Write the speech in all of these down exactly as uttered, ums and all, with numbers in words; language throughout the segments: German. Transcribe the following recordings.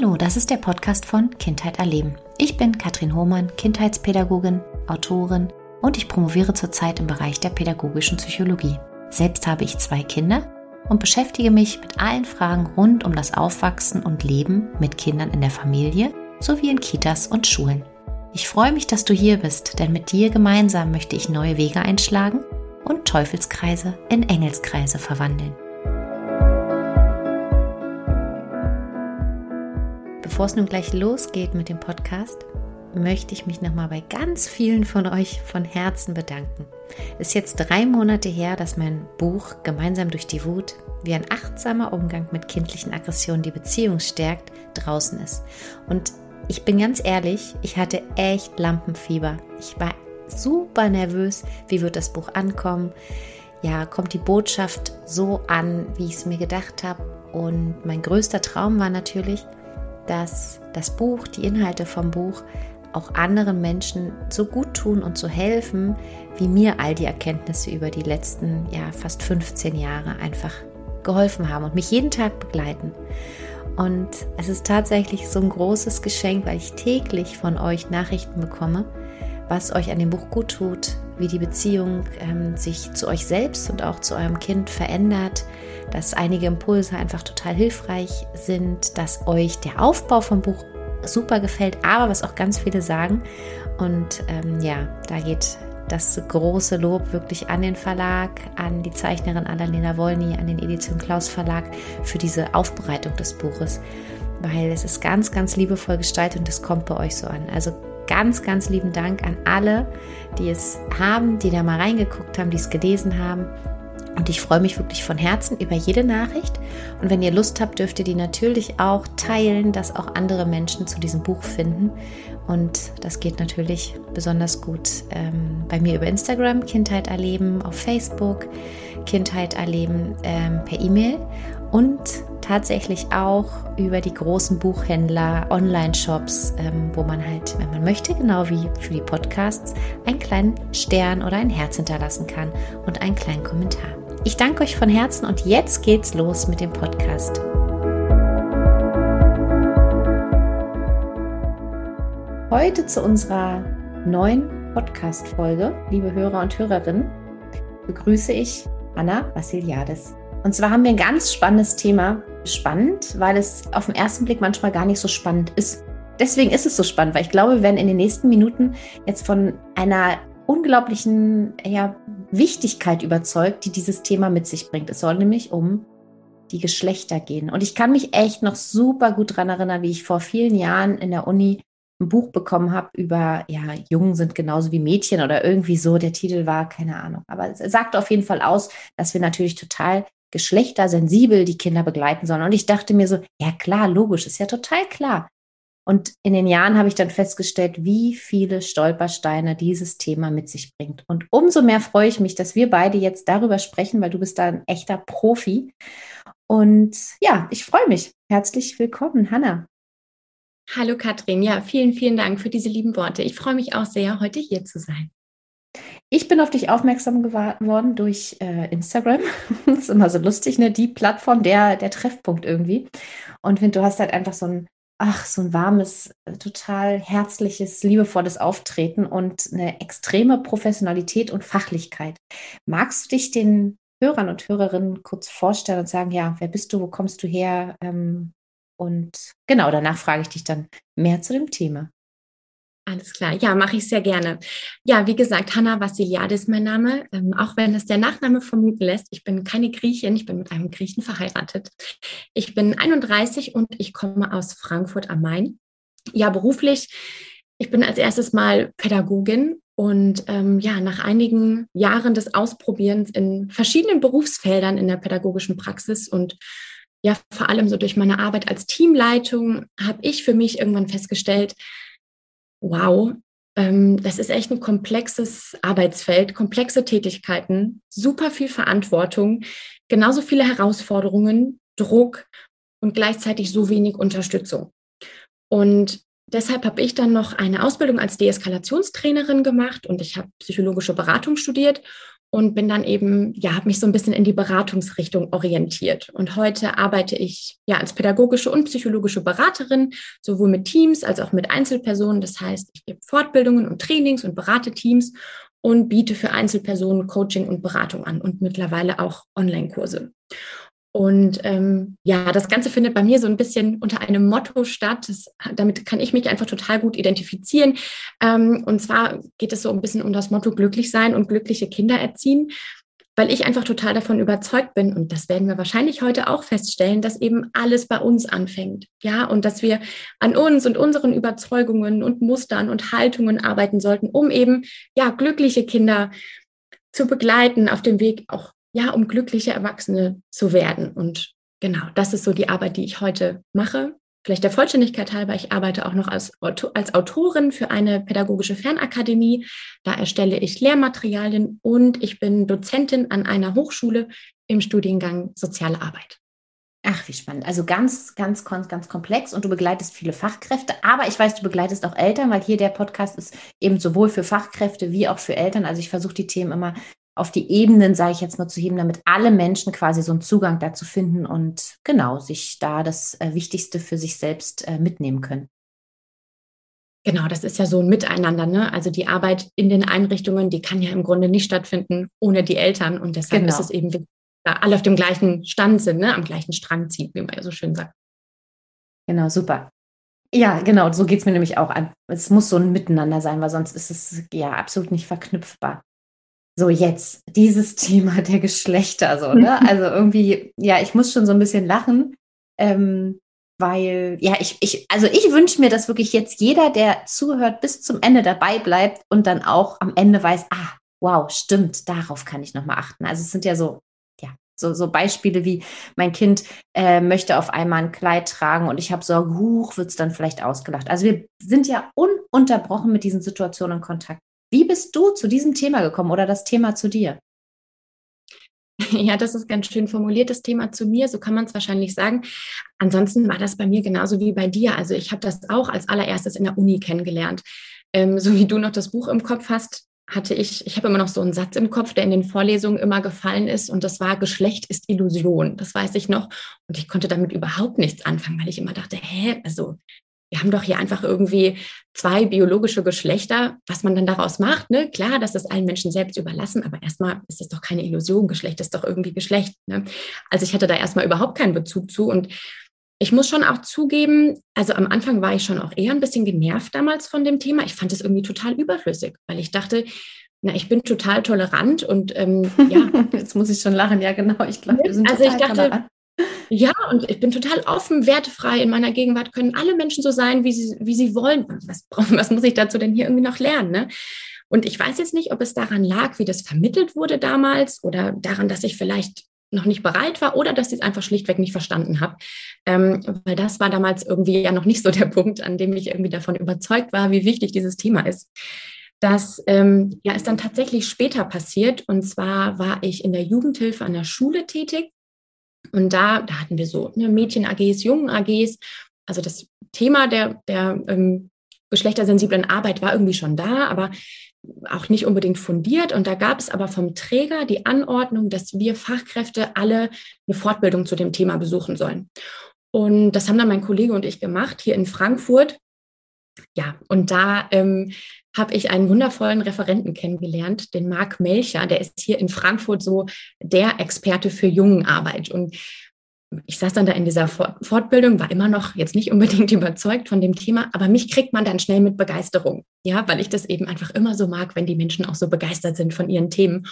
Hallo, das ist der Podcast von Kindheit erleben. Ich bin Katrin Hohmann, Kindheitspädagogin, Autorin und ich promoviere zurzeit im Bereich der pädagogischen Psychologie. Selbst habe ich zwei Kinder und beschäftige mich mit allen Fragen rund um das Aufwachsen und Leben mit Kindern in der Familie sowie in Kitas und Schulen. Ich freue mich, dass du hier bist, denn mit dir gemeinsam möchte ich neue Wege einschlagen und Teufelskreise in Engelskreise verwandeln. Bevor es nun gleich losgeht mit dem Podcast, möchte ich mich nochmal bei ganz vielen von euch von Herzen bedanken. Es ist jetzt drei Monate her, dass mein Buch Gemeinsam durch die Wut, wie ein achtsamer Umgang mit kindlichen Aggressionen die Beziehung stärkt, draußen ist. Und ich bin ganz ehrlich, ich hatte echt Lampenfieber. Ich war super nervös, wie wird das Buch ankommen? Ja, kommt die Botschaft so an, wie ich es mir gedacht habe? Und mein größter Traum war natürlich, dass das Buch, die Inhalte vom Buch auch anderen Menschen so gut tun und so helfen, wie mir all die Erkenntnisse über die letzten ja, fast fünfzehn Jahre einfach geholfen haben und mich jeden Tag begleiten. Und es ist tatsächlich so ein großes Geschenk, weil ich täglich von euch Nachrichten bekomme, was euch an dem Buch gut tut, wie die Beziehung ähm, sich zu euch selbst und auch zu eurem Kind verändert, dass einige Impulse einfach total hilfreich sind, dass euch der Aufbau vom Buch super gefällt, aber was auch ganz viele sagen. Und ähm, ja, da geht das große Lob wirklich an den Verlag, an die Zeichnerin Annalena Wolny, an den Edition Klaus Verlag für diese Aufbereitung des Buches, weil es ist ganz, ganz liebevoll gestaltet und das kommt bei euch so an. Also ganz, ganz lieben Dank an alle, die es haben, die da mal reingeguckt haben, die es gelesen haben. Und ich freue mich wirklich von Herzen über jede Nachricht. Und wenn ihr Lust habt, dürft ihr die natürlich auch teilen, dass auch andere Menschen zu diesem Buch finden. Und das geht natürlich besonders gut ähm, bei mir über Instagram, Kindheit erleben, auf Facebook, Kindheit erleben ähm, per E-Mail und tatsächlich auch über die großen Buchhändler, Online-Shops, ähm, wo man halt, wenn man möchte, genau wie für die Podcasts, einen kleinen Stern oder ein Herz hinterlassen kann und einen kleinen Kommentar. Ich danke euch von Herzen und jetzt geht's los mit dem Podcast. Heute zu unserer neuen Podcast-Folge, liebe Hörer und Hörerinnen, begrüße ich Hanna Vassiliadis. Und zwar haben wir ein ganz spannendes Thema. Spannend, weil es auf den ersten Blick manchmal gar nicht so spannend ist. Deswegen ist es so spannend, weil ich glaube, wir werden in den nächsten Minuten jetzt von einer unglaublichen ja, Wichtigkeit überzeugt, die dieses Thema mit sich bringt. Es soll nämlich um die Geschlechter gehen. Und ich kann mich echt noch super gut daran erinnern, wie ich vor vielen Jahren in der Uni ein Buch bekommen habe über, ja, Jungen sind genauso wie Mädchen oder irgendwie so. Der Titel war, keine Ahnung. Aber es sagt auf jeden Fall aus, dass wir natürlich total geschlechtersensibel die Kinder begleiten sollen. Und ich dachte mir so, ja klar, logisch, ist ja total klar. Und in den Jahren habe ich dann festgestellt, wie viele Stolpersteine dieses Thema mit sich bringt. Und umso mehr freue ich mich, dass wir beide jetzt darüber sprechen, weil du bist da ein echter Profi. Und ja, ich freue mich. Herzlich willkommen, Hanna. Hallo Katrin, ja, vielen, vielen Dank für diese lieben Worte. Ich freue mich auch sehr, heute hier zu sein. Ich bin auf dich aufmerksam geworden durch äh, Instagram. Das ist immer so lustig, ne? Die Plattform, der, der Treffpunkt irgendwie. Und finde, du hast halt einfach so ein, ach, so ein warmes, total herzliches, liebevolles Auftreten und eine extreme Professionalität und Fachlichkeit. Magst du dich den Hörern und Hörerinnen kurz vorstellen und sagen, ja, wer bist du, wo kommst du her? Ähm, und genau, danach frage ich dich dann mehr zu dem Thema. Alles klar, ja, mache ich sehr gerne. Ja, wie gesagt, Hanna Vassiliadis ist mein Name, ähm, auch wenn es der Nachname vermuten lässt. Ich bin keine Griechin, ich bin mit einem Griechen verheiratet. Ich bin einunddreißig und ich komme aus Frankfurt am Main. Ja, beruflich, ich bin als erstes mal Pädagogin und ähm, ja, nach einigen Jahren des Ausprobierens in verschiedenen Berufsfeldern in der pädagogischen Praxis und ja, vor allem so durch meine Arbeit als Teamleitung habe ich für mich irgendwann festgestellt, wow, ähm, das ist echt ein komplexes Arbeitsfeld, komplexe Tätigkeiten, super viel Verantwortung, genauso viele Herausforderungen, Druck und gleichzeitig so wenig Unterstützung. Und deshalb habe ich dann noch eine Ausbildung als Deeskalationstrainerin gemacht und ich habe psychologische Beratung studiert und bin dann eben, ja, habe mich so ein bisschen in die Beratungsrichtung orientiert. Und heute arbeite ich ja als pädagogische und psychologische Beraterin, sowohl mit Teams als auch mit Einzelpersonen. Das heißt, ich gebe Fortbildungen und Trainings und berate Teams und biete für Einzelpersonen Coaching und Beratung an und mittlerweile auch Online-Kurse. Und ähm, ja, das Ganze findet bei mir so ein bisschen unter einem Motto statt. Das, damit kann ich mich einfach total gut identifizieren. Ähm, und zwar geht es so ein bisschen um das Motto glücklich sein und glückliche Kinder erziehen, weil ich einfach total davon überzeugt bin, und das werden wir wahrscheinlich heute auch feststellen, dass eben alles bei uns anfängt. Ja, und dass wir an uns und unseren Überzeugungen und Mustern und Haltungen arbeiten sollten, um eben ja glückliche Kinder zu begleiten auf dem Weg auch, ja, um glückliche Erwachsene zu werden. Und genau, das ist so die Arbeit, die ich heute mache. Vielleicht der Vollständigkeit halber, ich arbeite auch noch als, als Autorin für eine pädagogische Fernakademie. Da erstelle ich Lehrmaterialien und ich bin Dozentin an einer Hochschule im Studiengang Soziale Arbeit. Ach, wie spannend. Also ganz, ganz, ganz, ganz komplex und du begleitest viele Fachkräfte, aber ich weiß, du begleitest auch Eltern, weil hier der Podcast ist eben sowohl für Fachkräfte wie auch für Eltern. Also ich versuche die Themen immer auf die Ebenen, sage ich jetzt mal, zu heben, damit alle Menschen quasi so einen Zugang dazu finden und genau sich da das äh, Wichtigste für sich selbst äh, mitnehmen können. Genau, das ist ja so ein Miteinander, ne? Also die Arbeit in den Einrichtungen, die kann ja im Grunde nicht stattfinden ohne die Eltern. Und deshalb Genau. ist es eben wichtig, da alle auf dem gleichen Stand sind, ne? Am gleichen Strang ziehen, wie man ja so schön sagt. Genau, super. Ja, genau, so geht es mir nämlich auch an. Es muss so ein Miteinander sein, weil sonst ist es ja absolut nicht verknüpfbar. So, jetzt dieses Thema der Geschlechter, so, ne? Also irgendwie, ja, ich muss schon so ein bisschen lachen, ähm, weil, ja, ich, ich, also ich wünsche mir, dass wirklich jetzt jeder, der zuhört, bis zum Ende dabei bleibt und dann auch am Ende weiß, ah, wow, stimmt, darauf kann ich nochmal achten. Also es sind ja so, ja, so, so Beispiele wie, mein Kind äh, möchte auf einmal ein Kleid tragen und ich habe Sorge, huch, wird es dann vielleicht ausgelacht. Also wir sind ja ununterbrochen mit diesen Situationen in Kontakt. Wie bist du zu diesem Thema gekommen oder das Thema zu dir? Ja, das ist ganz schön formuliert, das Thema zu mir, so kann man es wahrscheinlich sagen. Ansonsten war das bei mir genauso wie bei dir. Also ich habe das auch als allererstes in der Uni kennengelernt. Ähm, so wie du noch das Buch im Kopf hast, hatte ich, ich habe immer noch so einen Satz im Kopf, der in den Vorlesungen immer gefallen ist, und das war: Geschlecht ist Illusion. Das weiß ich noch. Und ich konnte damit überhaupt nichts anfangen, weil ich immer dachte, hä, also wir haben doch hier einfach irgendwie zwei biologische Geschlechter, was man dann daraus macht, ne? Klar, das ist allen Menschen selbst überlassen, aber erstmal ist es doch keine Illusion. Geschlecht ist doch irgendwie Geschlecht, ne? Also ich hatte da erstmal überhaupt keinen Bezug zu, und ich muss schon auch zugeben, also am Anfang war ich schon auch eher ein bisschen genervt damals von dem Thema. Ich fand es irgendwie total überflüssig, weil ich dachte, na, ich bin total tolerant und ähm, ja. Jetzt muss ich schon lachen, ja genau, ich glaube, wir sind also total ich dachte, tolerant. Ja, und ich bin total offen, wertefrei. In meiner Gegenwart können alle Menschen so sein, wie sie, wie sie wollen. Was, was muss ich dazu denn hier irgendwie noch lernen? Ne? Und ich weiß jetzt nicht, ob es daran lag, wie das vermittelt wurde damals, oder daran, dass ich vielleicht noch nicht bereit war, oder dass ich es einfach schlichtweg nicht verstanden habe. Ähm, weil das war damals irgendwie ja noch nicht so der Punkt, an dem ich irgendwie davon überzeugt war, wie wichtig dieses Thema ist. Das ähm, ja, ist dann tatsächlich später passiert. Und zwar war ich in der Jugendhilfe an der Schule tätig. Und da, da hatten wir so ne, Mädchen-A Gs, Jungen-A Gs. Also das Thema der, der ähm, geschlechtersensiblen Arbeit war irgendwie schon da, aber auch nicht unbedingt fundiert. Und da gab es aber vom Träger die Anordnung, dass wir Fachkräfte alle eine Fortbildung zu dem Thema besuchen sollen. Und das haben dann mein Kollege und ich gemacht hier in Frankfurt. Ja, und da ähm, habe ich einen wundervollen Referenten kennengelernt, den Marc Melcher. Der ist hier in Frankfurt so der Experte für Jungenarbeit. Und ich saß dann da in dieser Fortbildung, war immer noch jetzt nicht unbedingt überzeugt von dem Thema, aber mich kriegt man dann schnell mit Begeisterung. Ja, weil ich das eben einfach immer so mag, wenn die Menschen auch so begeistert sind von ihren Themen.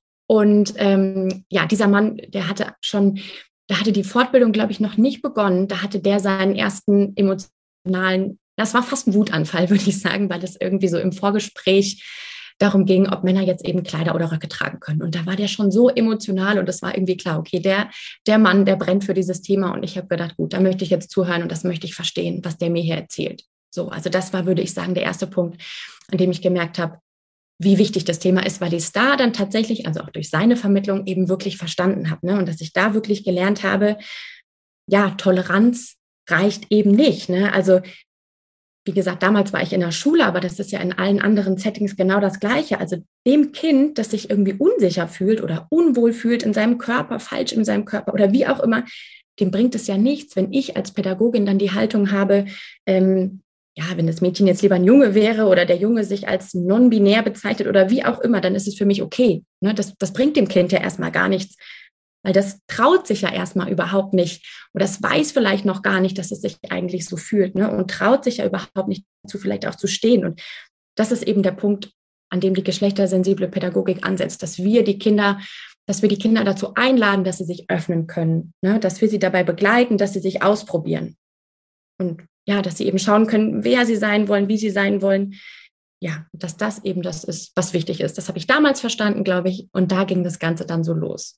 Und ähm, ja, dieser Mann, der hatte schon, da hatte die Fortbildung, glaube ich, noch nicht begonnen. Da hatte der seinen ersten emotionalen, das war fast ein Wutanfall, würde ich sagen, weil es irgendwie so im Vorgespräch darum ging, ob Männer jetzt eben Kleider oder Röcke tragen können. Und da war der schon so emotional, und es war irgendwie klar, okay, der, der Mann, der brennt für dieses Thema. Und ich habe gedacht, gut, da möchte ich jetzt zuhören und das möchte ich verstehen, was der mir hier erzählt. So, also das war, würde ich sagen, der erste Punkt, an dem ich gemerkt habe, wie wichtig das Thema ist, weil ich es da dann tatsächlich, also auch durch seine Vermittlung, eben wirklich verstanden habe, ne? Und dass ich da wirklich gelernt habe, ja, Toleranz reicht eben nicht, ne? Also wie gesagt, damals war ich in der Schule, aber das ist ja in allen anderen Settings genau das Gleiche. Also dem Kind, das sich irgendwie unsicher fühlt oder unwohl fühlt in seinem Körper, falsch in seinem Körper oder wie auch immer, dem bringt es ja nichts, wenn ich als Pädagogin dann die Haltung habe, ähm, ja, wenn das Mädchen jetzt lieber ein Junge wäre oder der Junge sich als non-binär bezeichnet oder wie auch immer, dann ist es für mich okay. Ne? Das, das bringt dem Kind ja erstmal gar nichts, weil das traut sich ja erstmal überhaupt nicht oder das weiß vielleicht noch gar nicht, dass es sich eigentlich so fühlt, ne? Und traut sich ja überhaupt nicht dazu, vielleicht auch zu stehen. Und das ist eben der Punkt, an dem die geschlechtersensible Pädagogik ansetzt, dass wir die Kinder, dass wir die Kinder dazu einladen, dass sie sich öffnen können, ne? Dass wir sie dabei begleiten, dass sie sich ausprobieren. Und ja, dass sie eben schauen können, wer sie sein wollen, wie sie sein wollen. Ja, dass das eben das ist, was wichtig ist. Das habe ich damals verstanden, glaube ich. Und da ging das Ganze dann so los.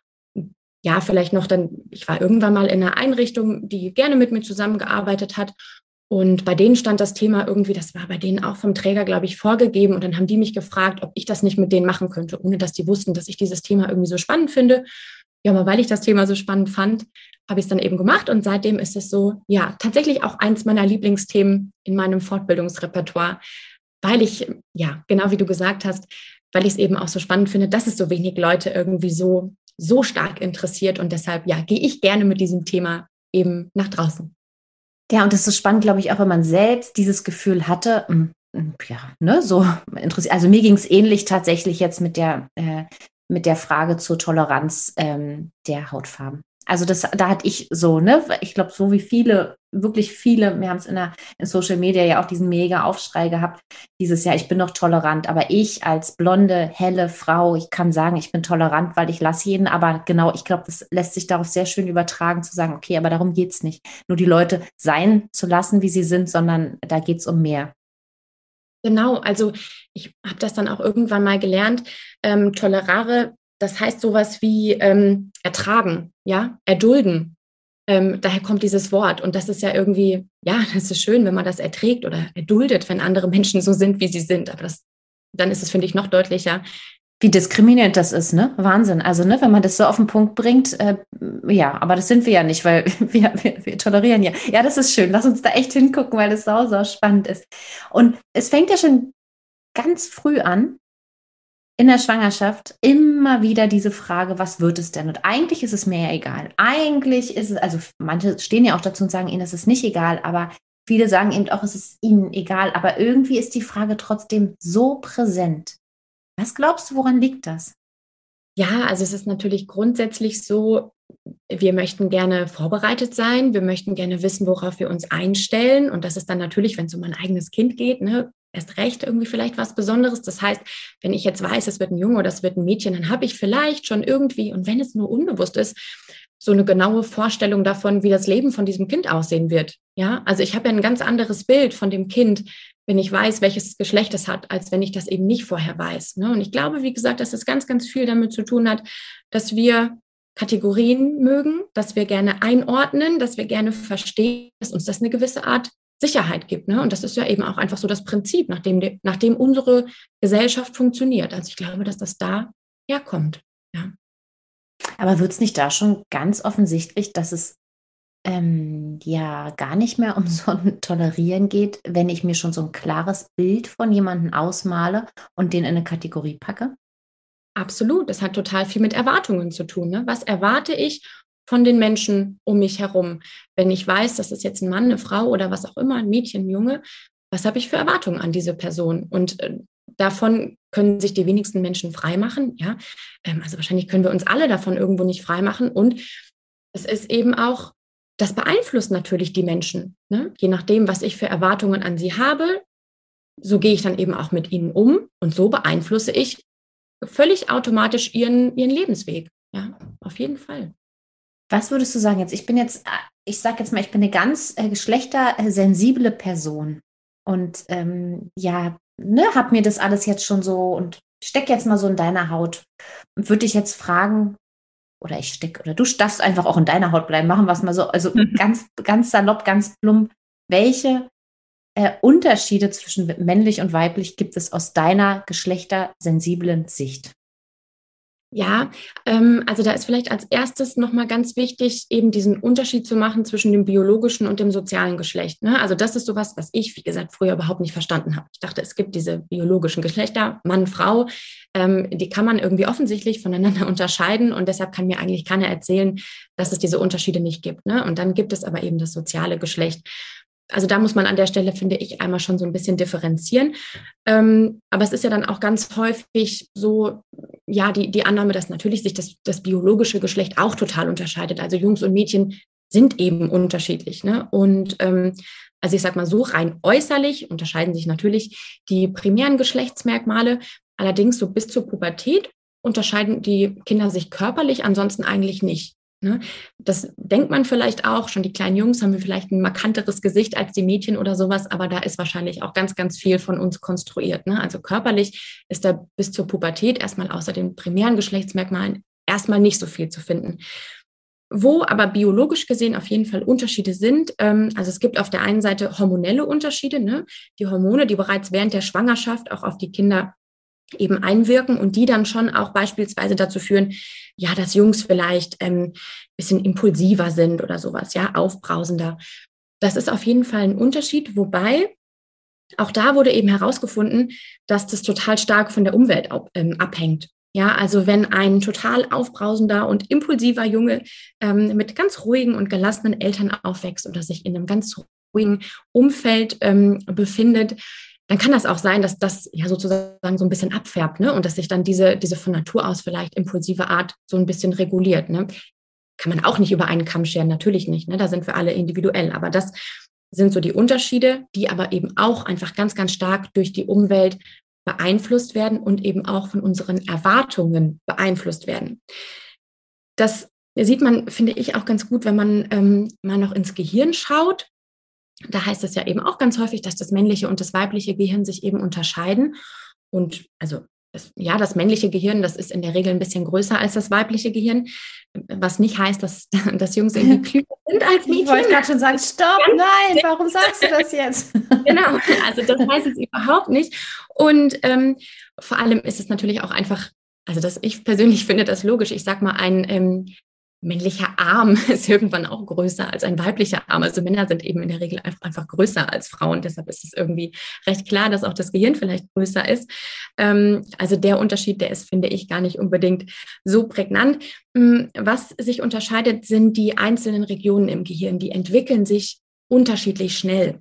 Ja, vielleicht noch dann, ich war irgendwann mal in einer Einrichtung, die gerne mit mir zusammengearbeitet hat. Und bei denen stand das Thema irgendwie, das war bei denen auch vom Träger, glaube ich, vorgegeben. Und dann haben die mich gefragt, ob ich das nicht mit denen machen könnte, ohne dass die wussten, dass ich dieses Thema irgendwie so spannend finde. Ja, aber weil ich das Thema so spannend fand, habe ich es dann eben gemacht. Und seitdem ist es so, ja, tatsächlich auch eins meiner Lieblingsthemen in meinem Fortbildungsrepertoire, weil ich, ja, genau wie du gesagt hast, weil ich es eben auch so spannend finde, dass es so wenig Leute irgendwie so, so stark interessiert. Und deshalb, ja, gehe ich gerne mit diesem Thema eben nach draußen. Ja, und das ist so spannend, glaube ich, auch wenn man selbst dieses Gefühl hatte, mh, ja, ne, so interessiert. Also mir ging es ähnlich tatsächlich jetzt mit der, äh, mit der Frage zur Toleranz ähm, der Hautfarben. Also das, da hatte ich so, ne, ich glaube, so wie viele, wirklich viele, wir haben es in der in Social Media ja auch diesen mega Aufschrei gehabt, dieses Jahr, ich bin doch tolerant, aber ich als blonde, helle Frau, ich kann sagen, ich bin tolerant, weil ich lasse jeden, aber genau, ich glaube, das lässt sich darauf sehr schön übertragen, zu sagen, okay, aber darum geht es nicht, nur die Leute sein zu lassen, wie sie sind, sondern da geht es um mehr. Genau, also ich habe das dann auch irgendwann mal gelernt, ähm, tolerare, das heißt sowas wie ähm, ertragen, ja, erdulden. Ähm, daher kommt dieses Wort und das ist ja irgendwie, ja, das ist schön, wenn man das erträgt oder erduldet, wenn andere Menschen so sind, wie sie sind, aber das, dann ist es, finde ich, noch deutlicher. Wie diskriminierend das ist, ne? Wahnsinn. Also, ne, wenn man das so auf den Punkt bringt, äh, ja, aber das sind wir ja nicht, weil wir, wir, wir tolerieren ja. Ja, das ist schön. Lass uns da echt hingucken, weil das sau, sau spannend ist. Und es fängt ja schon ganz früh an, in der Schwangerschaft, immer wieder diese Frage, was wird es denn? Und eigentlich ist es mir ja egal. Eigentlich ist es, also manche stehen ja auch dazu und sagen, ihnen ist es nicht egal, aber viele sagen eben auch, es ist ihnen egal. Aber irgendwie ist die Frage trotzdem so präsent. Was glaubst du, woran liegt das? Ja, also es ist natürlich grundsätzlich so, wir möchten gerne vorbereitet sein, wir möchten gerne wissen, worauf wir uns einstellen. Und das ist dann natürlich, wenn es um ein eigenes Kind geht, ne, erst recht irgendwie vielleicht was Besonderes. Das heißt, wenn ich jetzt weiß, es wird ein Junge oder es wird ein Mädchen, dann habe ich vielleicht schon irgendwie, und wenn es nur unbewusst ist, so eine genaue Vorstellung davon, wie das Leben von diesem Kind aussehen wird. Ja, also ich habe ja ein ganz anderes Bild von dem Kind, wenn ich weiß, welches Geschlecht es hat, als wenn ich das eben nicht vorher weiß. Ne? Und ich glaube, wie gesagt, dass das ganz, ganz viel damit zu tun hat, dass wir Kategorien mögen, dass wir gerne einordnen, dass wir gerne verstehen, dass uns das eine gewisse Art Sicherheit gibt. Ne? Und das ist ja eben auch einfach so das Prinzip, nach dem, nach dem unsere Gesellschaft funktioniert. Also ich glaube, dass das da herkommt. Ja. Aber wird es nicht da schon ganz offensichtlich, dass es ähm, ja gar nicht mehr um so ein Tolerieren geht, wenn ich mir schon so ein klares Bild von jemandem ausmale und den in eine Kategorie packe? Absolut. Das hat total viel mit Erwartungen zu tun. Ne? Was erwarte ich von den Menschen um mich herum? Wenn ich weiß, das ist jetzt ein Mann, eine Frau oder was auch immer, ein Mädchen, ein Junge, was habe ich für Erwartungen an diese Person? Und äh, davon können sich die wenigsten Menschen freimachen. Ja? Ähm, also wahrscheinlich können wir uns alle davon irgendwo nicht freimachen. Und es ist eben auch, das beeinflusst natürlich die Menschen. Ne? Je nachdem, was ich für Erwartungen an sie habe, so gehe ich dann eben auch mit ihnen um. Und so beeinflusse ich völlig automatisch ihren, ihren Lebensweg. Ja, auf jeden Fall. Was würdest du sagen jetzt? Ich bin jetzt, äh, ich sage jetzt mal, ich bin eine ganz äh, geschlechtersensible Person und ähm, ja, ne, habe mir das alles jetzt schon so und steck jetzt mal so in deiner Haut und würde dich jetzt fragen, oder ich steck, oder du darfst einfach auch in deiner Haut bleiben, machen wir es mal so, also Mhm. ganz, ganz salopp, ganz plump, welche äh, Unterschiede zwischen männlich und weiblich gibt es aus deiner geschlechtersensiblen Sicht? Ja, ähm, also da ist vielleicht als erstes nochmal ganz wichtig, eben diesen Unterschied zu machen zwischen dem biologischen und dem sozialen Geschlecht. Ne? Also das ist sowas, was ich, wie gesagt, früher überhaupt nicht verstanden habe. Ich dachte, es gibt diese biologischen Geschlechter, Mann, Frau, ähm, die kann man irgendwie offensichtlich voneinander unterscheiden und deshalb kann mir eigentlich keiner erzählen, dass es diese Unterschiede nicht gibt. Ne? Und dann gibt es aber eben das soziale Geschlecht. Also da muss man an der Stelle, finde ich, einmal schon so ein bisschen differenzieren. Ähm, aber es ist ja dann auch ganz häufig so, ja, die, die Annahme, dass natürlich sich das, das biologische Geschlecht auch total unterscheidet. Also Jungs und Mädchen sind eben unterschiedlich. Ne? Und ähm, also ich sag mal so, rein äußerlich unterscheiden sich natürlich die primären Geschlechtsmerkmale. Allerdings so bis zur Pubertät unterscheiden die Kinder sich körperlich, ansonsten eigentlich nicht. Ne? Das denkt man vielleicht auch, schon die kleinen Jungs haben wir vielleicht ein markanteres Gesicht als die Mädchen oder sowas, aber da ist wahrscheinlich auch ganz, ganz viel von uns konstruiert. Ne? Also körperlich ist da bis zur Pubertät erstmal außer den primären Geschlechtsmerkmalen erstmal nicht so viel zu finden. Wo aber biologisch gesehen auf jeden Fall Unterschiede sind, ähm, also es gibt auf der einen Seite hormonelle Unterschiede, ne? Die Hormone, die bereits während der Schwangerschaft auch auf die Kinder eben einwirken und die dann schon auch beispielsweise dazu führen, ja, dass Jungs vielleicht ähm, bisschen impulsiver sind oder sowas, ja, aufbrausender. Das ist auf jeden Fall ein Unterschied, wobei auch da wurde eben herausgefunden, dass das total stark von der Umwelt ab, ähm, abhängt. Ja, also wenn ein total aufbrausender und impulsiver Junge ähm, mit ganz ruhigen und gelassenen Eltern aufwächst oder sich in einem ganz ruhigen Umfeld ähm, befindet, dann kann das auch sein, dass das ja sozusagen so ein bisschen abfärbt, ne? Und dass sich dann diese, diese von Natur aus vielleicht impulsive Art so ein bisschen reguliert. Ne? Kann man auch nicht über einen Kamm scheren, natürlich nicht. Ne? Da sind wir alle individuell. Aber das sind so die Unterschiede, die aber eben auch einfach ganz, ganz stark durch die Umwelt beeinflusst werden und eben auch von unseren Erwartungen beeinflusst werden. Das sieht man, finde ich, auch ganz gut, wenn man ähm, mal noch ins Gehirn schaut. Da heißt es ja eben auch ganz häufig, dass das männliche und das weibliche Gehirn sich eben unterscheiden. Und also das, ja, das männliche Gehirn, das ist in der Regel ein bisschen größer als das weibliche Gehirn, was nicht heißt, dass, dass Jungs irgendwie klüger sind als Mädchen. Ich wollte gerade schon sagen, stopp, nein, warum sagst du das jetzt? Genau, also das heißt es überhaupt nicht. Und ähm, vor allem ist es natürlich auch einfach, also das, ich persönlich finde das logisch. Ich sag mal, ein ähm, männlicher Arm ist irgendwann auch größer als ein weiblicher Arm. Also Männer sind eben in der Regel einfach, einfach größer als Frauen. Deshalb ist es irgendwie recht klar, dass auch das Gehirn vielleicht größer ist. Ähm, also der Unterschied, der ist, finde ich, gar nicht unbedingt so prägnant. Was sich unterscheidet, sind die einzelnen Regionen im Gehirn. Die entwickeln sich unterschiedlich schnell.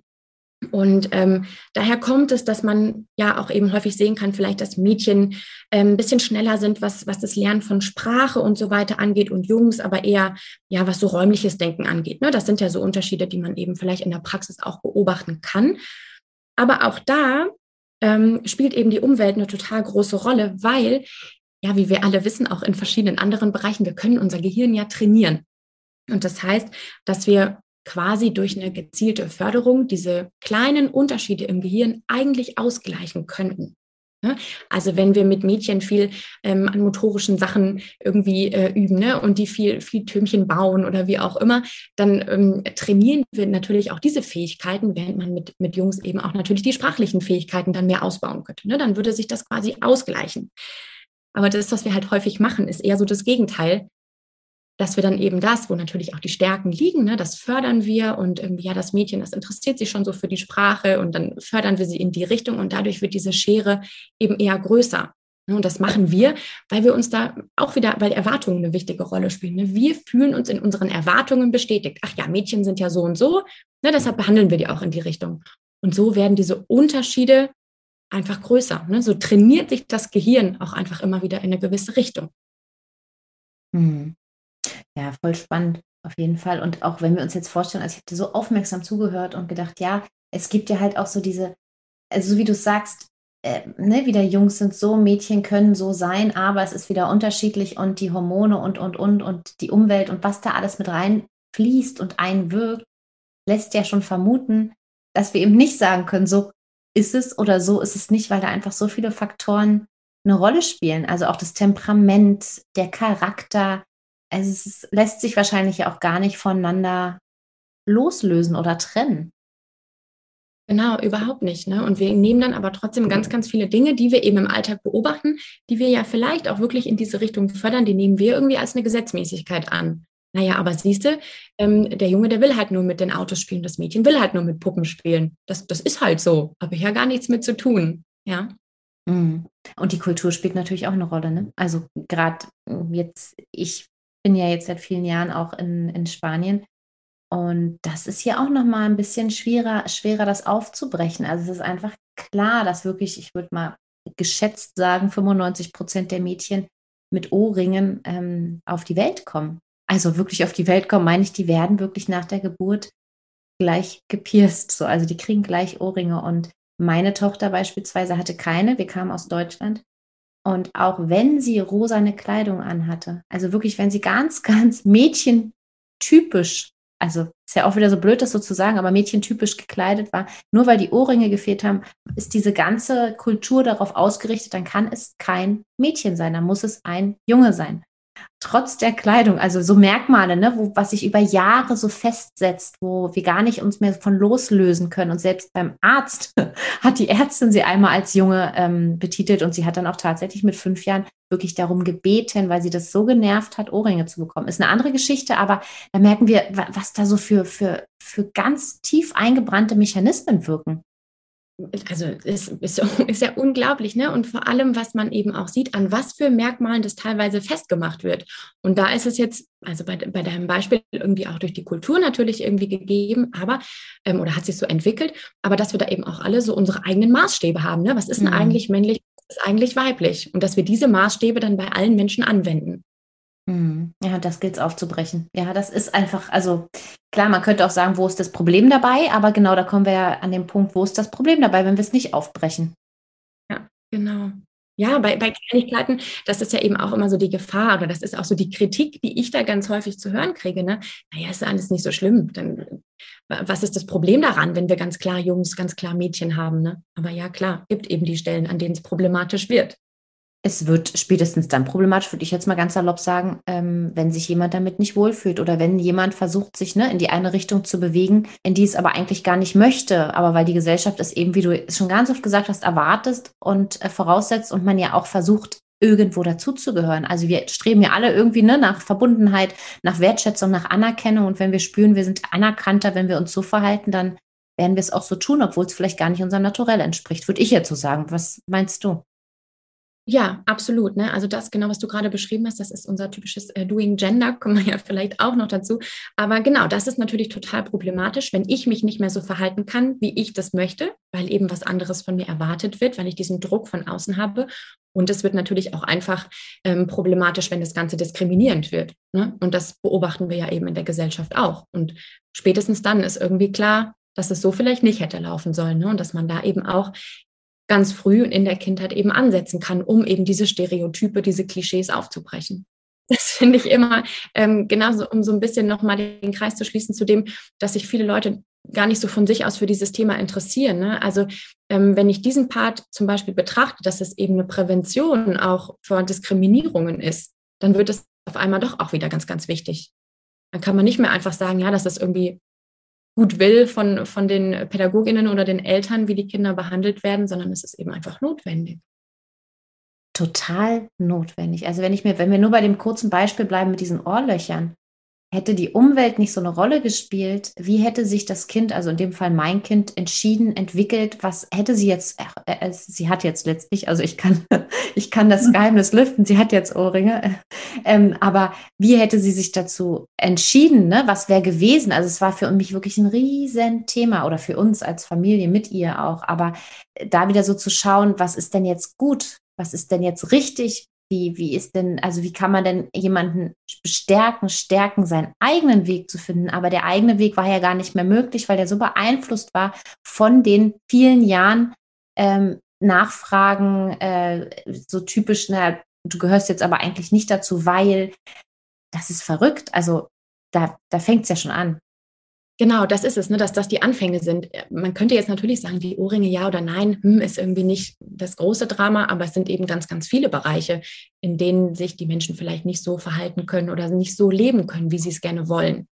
Und ähm, daher kommt es, dass man ja auch eben häufig sehen kann, vielleicht, dass Mädchen ähm, ein bisschen schneller sind, was, was das Lernen von Sprache und so weiter angeht und Jungs aber eher, ja, was so räumliches Denken angeht. Ne? Das sind ja so Unterschiede, die man eben vielleicht in der Praxis auch beobachten kann. Aber auch da ähm, spielt eben die Umwelt eine total große Rolle, weil, ja, wie wir alle wissen, auch in verschiedenen anderen Bereichen, wir können unser Gehirn ja trainieren. Und das heißt, dass wir quasi durch eine gezielte Förderung diese kleinen Unterschiede im Gehirn eigentlich ausgleichen könnten. Ne? Also wenn wir mit Mädchen viel ähm, an motorischen Sachen irgendwie äh, üben, ne? Und die viel, viel Türmchen bauen oder wie auch immer, dann ähm, trainieren wir natürlich auch diese Fähigkeiten, während man mit, mit Jungs eben auch natürlich die sprachlichen Fähigkeiten dann mehr ausbauen könnte. Ne? Dann würde sich das quasi ausgleichen. Aber das, was wir halt häufig machen, ist eher so das Gegenteil, dass wir dann eben das, wo natürlich auch die Stärken liegen, ne, das fördern wir und irgendwie, ja, das Mädchen, das interessiert sich schon so für die Sprache und dann fördern wir sie in die Richtung und dadurch wird diese Schere eben eher größer. Ne, und das machen wir, weil wir uns da auch wieder, weil Erwartungen eine wichtige Rolle spielen. Ne. Wir fühlen uns in unseren Erwartungen bestätigt. Ach ja, Mädchen sind ja so und so, ne, deshalb behandeln wir die auch in die Richtung. Und so werden diese Unterschiede einfach größer. Ne. So trainiert sich das Gehirn auch einfach immer wieder in eine gewisse Richtung. Hm. Ja, voll spannend, auf jeden Fall. Und auch wenn wir uns jetzt vorstellen, also ich habe dir so aufmerksam zugehört und gedacht, ja, es gibt ja halt auch so diese, also so wie du sagst, äh, ne, wieder Jungs sind so, Mädchen können so sein, aber es ist wieder unterschiedlich und die Hormone und, und, und, und die Umwelt und was da alles mit reinfließt und einwirkt, lässt ja schon vermuten, dass wir eben nicht sagen können, so ist es oder so ist es nicht, weil da einfach so viele Faktoren eine Rolle spielen. Also auch das Temperament, der Charakter. Also es ist, lässt sich wahrscheinlich ja auch gar nicht voneinander loslösen oder trennen. Genau, überhaupt nicht. Ne? Und wir nehmen dann aber trotzdem ganz, ganz viele Dinge, die wir eben im Alltag beobachten, die wir ja vielleicht auch wirklich in diese Richtung fördern, die nehmen wir irgendwie als eine Gesetzmäßigkeit an. Naja, aber siehst du, ähm, der Junge, der will halt nur mit den Autos spielen, das Mädchen will halt nur mit Puppen spielen. Das, das ist halt so. Habe ich ja gar nichts mit zu tun. Ja. Mhm. Und die Kultur spielt natürlich auch eine Rolle, ne? Also gerade jetzt, ich bin ja jetzt seit vielen Jahren auch in, in Spanien und das ist hier auch nochmal ein bisschen schwerer, schwerer, das aufzubrechen. Also es ist einfach klar, dass wirklich, ich würde mal geschätzt sagen, fünfundneunzig Prozent der Mädchen mit Ohrringen ähm, auf die Welt kommen. Also wirklich auf die Welt kommen, meine ich, die werden wirklich nach der Geburt gleich gepierst. So. Also die kriegen gleich Ohrringe und meine Tochter beispielsweise hatte keine, wir kamen aus Deutschland. Und auch wenn sie rosane Kleidung anhatte, also wirklich, wenn sie ganz, ganz mädchentypisch, also ist ja auch wieder so blöd, das so zu sagen, aber mädchentypisch gekleidet war, nur weil die Ohrringe gefehlt haben, ist diese ganze Kultur darauf ausgerichtet, dann kann es kein Mädchen sein, dann muss es ein Junge sein. Trotz der Kleidung, also so Merkmale, ne, wo, was sich über Jahre so festsetzt, wo wir gar nicht uns mehr von loslösen können. Und selbst beim Arzt hat die Ärztin sie einmal als Junge ähm, betitelt und sie hat dann auch tatsächlich mit fünf Jahren wirklich darum gebeten, weil sie das so genervt hat, Ohrringe zu bekommen. Ist eine andere Geschichte, aber da merken wir, was da so für, für, für ganz tief eingebrannte Mechanismen wirken. Also es ist, ist ja unglaublich, ne? Und vor allem, was man eben auch sieht, an was für Merkmalen das teilweise festgemacht wird. Und da ist es jetzt, also bei, bei deinem Beispiel irgendwie auch durch die Kultur natürlich irgendwie gegeben, aber, ähm, oder hat sich so entwickelt, aber dass wir da eben auch alle so unsere eigenen Maßstäbe haben, ne? Was ist denn Mhm. eigentlich männlich, was ist eigentlich weiblich? Und dass wir diese Maßstäbe dann bei allen Menschen anwenden. Ja, das gilt es aufzubrechen. Ja, das ist einfach, also klar, man könnte auch sagen, wo ist das Problem dabei, aber genau, da kommen wir ja an den Punkt, wo ist das Problem dabei, wenn wir es nicht aufbrechen. Ja, genau. Ja, bei, bei Kleinigkeiten, das ist ja eben auch immer so die Gefahr oder das ist auch so die Kritik, die ich da ganz häufig zu hören kriege. Ne? Naja, ist ja alles nicht so schlimm. Dann, was ist das Problem daran, wenn wir ganz klar Jungs, ganz klar Mädchen haben? Ne? Aber ja, klar, gibt eben die Stellen, an denen es problematisch wird. Es wird spätestens dann problematisch, würde ich jetzt mal ganz salopp sagen, ähm, wenn sich jemand damit nicht wohlfühlt oder wenn jemand versucht, sich ne, in die eine Richtung zu bewegen, in die es aber eigentlich gar nicht möchte, aber weil die Gesellschaft es eben, wie du es schon ganz oft gesagt hast, erwartest und äh, voraussetzt und man ja auch versucht, irgendwo dazuzugehören. Also wir streben ja alle irgendwie ne, nach Verbundenheit, nach Wertschätzung, nach Anerkennung und wenn wir spüren, wir sind anerkannter, wenn wir uns so verhalten, dann werden wir es auch so tun, obwohl es vielleicht gar nicht unserem Naturell entspricht, würde ich jetzt so sagen. Was meinst du? Ja, absolut. Ne? Also das genau, was du gerade beschrieben hast, das ist unser typisches äh, Doing Gender, kommen wir ja vielleicht auch noch dazu. Aber genau, das ist natürlich total problematisch, wenn ich mich nicht mehr so verhalten kann, wie ich das möchte, weil eben was anderes von mir erwartet wird, weil ich diesen Druck von außen habe. Und es wird natürlich auch einfach ähm, problematisch, wenn das Ganze diskriminierend wird. Ne? Und das beobachten wir ja eben in der Gesellschaft auch. Und spätestens dann ist irgendwie klar, dass es so vielleicht nicht hätte laufen sollen. Ne? Und dass man da eben auch ganz früh in der Kindheit eben ansetzen kann, um eben diese Stereotype, diese Klischees aufzubrechen. Das finde ich immer ähm, genauso, um so ein bisschen nochmal den Kreis zu schließen zu dem, dass sich viele Leute gar nicht so von sich aus für dieses Thema interessieren. Ne? Also ähm, wenn ich diesen Part zum Beispiel betrachte, dass es eben eine Prävention auch vor Diskriminierungen ist, dann wird es auf einmal doch auch wieder ganz, ganz wichtig. Dann kann man nicht mehr einfach sagen, ja, das ist irgendwie gut will von, von den PädagogInnen oder den Eltern, wie die Kinder behandelt werden, sondern es ist eben einfach notwendig. Total notwendig. Also wenn ich mir, wenn wir nur bei dem kurzen Beispiel bleiben mit diesen Ohrlöchern, hätte die Umwelt nicht so eine Rolle gespielt, wie hätte sich das Kind, also in dem Fall mein Kind, entschieden, entwickelt, was hätte sie jetzt, äh, äh, sie hat jetzt letztlich, also ich kann, ich kann das Geheimnis lüften, sie hat jetzt Ohrringe, ähm, aber wie hätte sie sich dazu entschieden, ne? Was wäre gewesen? Also es war für mich wirklich ein Riesenthema oder für uns als Familie mit ihr auch, aber da wieder so zu schauen, was ist denn jetzt gut, was ist denn jetzt richtig, Wie, wie ist denn, also wie kann man denn jemanden bestärken, stärken, seinen eigenen Weg zu finden? Aber der eigene Weg war ja gar nicht mehr möglich, weil der so beeinflusst war von den vielen Jahren ähm, Nachfragen, äh, so typisch, na, du gehörst jetzt aber eigentlich nicht dazu, weil das ist verrückt. Also da, da fängt es ja schon an. Genau, das ist es, ne, dass das die Anfänge sind. Man könnte jetzt natürlich sagen, die Ohrringe ja oder nein, hm, ist irgendwie nicht das große Drama, aber es sind eben ganz, ganz viele Bereiche, in denen sich die Menschen vielleicht nicht so verhalten können oder nicht so leben können, wie sie es gerne wollen.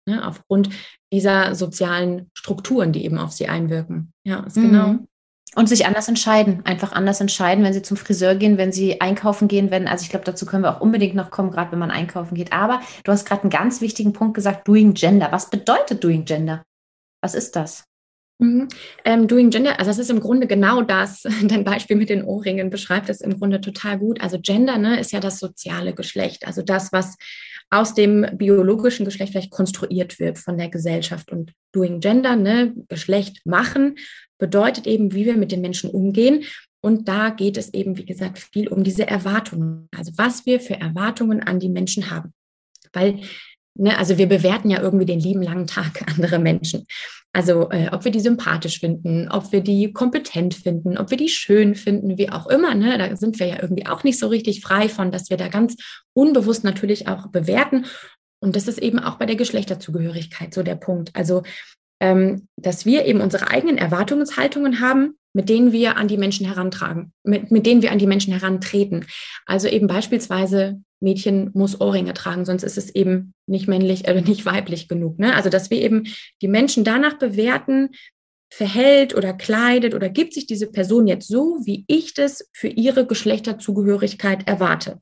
ne? Aufgrund dieser sozialen Strukturen, die eben auf sie einwirken. Ja, ist Mhm. genau. Und sich anders entscheiden, einfach anders entscheiden, wenn sie zum Friseur gehen, wenn sie einkaufen gehen, wenn, also ich glaube, dazu können wir auch unbedingt noch kommen, gerade wenn man einkaufen geht. Aber du hast gerade einen ganz wichtigen Punkt gesagt, Doing Gender. Was bedeutet Doing Gender? Was ist das? Mhm. Ähm, Doing Gender, also das ist im Grunde genau das, dein Beispiel mit den Ohrringen beschreibt es im Grunde total gut. Also Gender, ne, ist ja das soziale Geschlecht, also das, was aus dem biologischen Geschlecht vielleicht konstruiert wird von der Gesellschaft. Und Doing Gender, ne, Geschlecht machen, bedeutet eben, wie wir mit den Menschen umgehen. Und da geht es eben, wie gesagt, viel um diese Erwartungen, also was wir für Erwartungen an die Menschen haben. Weil, ne, also wir bewerten ja irgendwie den lieben langen Tag andere Menschen. Also äh, ob wir die sympathisch finden, ob wir die kompetent finden, ob wir die schön finden, wie auch immer. Ne? Da sind wir ja irgendwie auch nicht so richtig frei von, dass wir da ganz unbewusst natürlich auch bewerten. Und das ist eben auch bei der Geschlechterzugehörigkeit so der Punkt. Also ähm, dass wir eben unsere eigenen Erwartungshaltungen haben, mit denen wir an die Menschen herantragen, mit, mit denen wir an die Menschen herantreten. Also eben beispielsweise, Mädchen muss Ohrringe tragen, sonst ist es eben nicht männlich oder äh, nicht weiblich genug. Ne? Also dass wir eben die Menschen danach bewerten, verhält oder kleidet oder gibt sich diese Person jetzt so, wie ich das für ihre Geschlechterzugehörigkeit erwarte.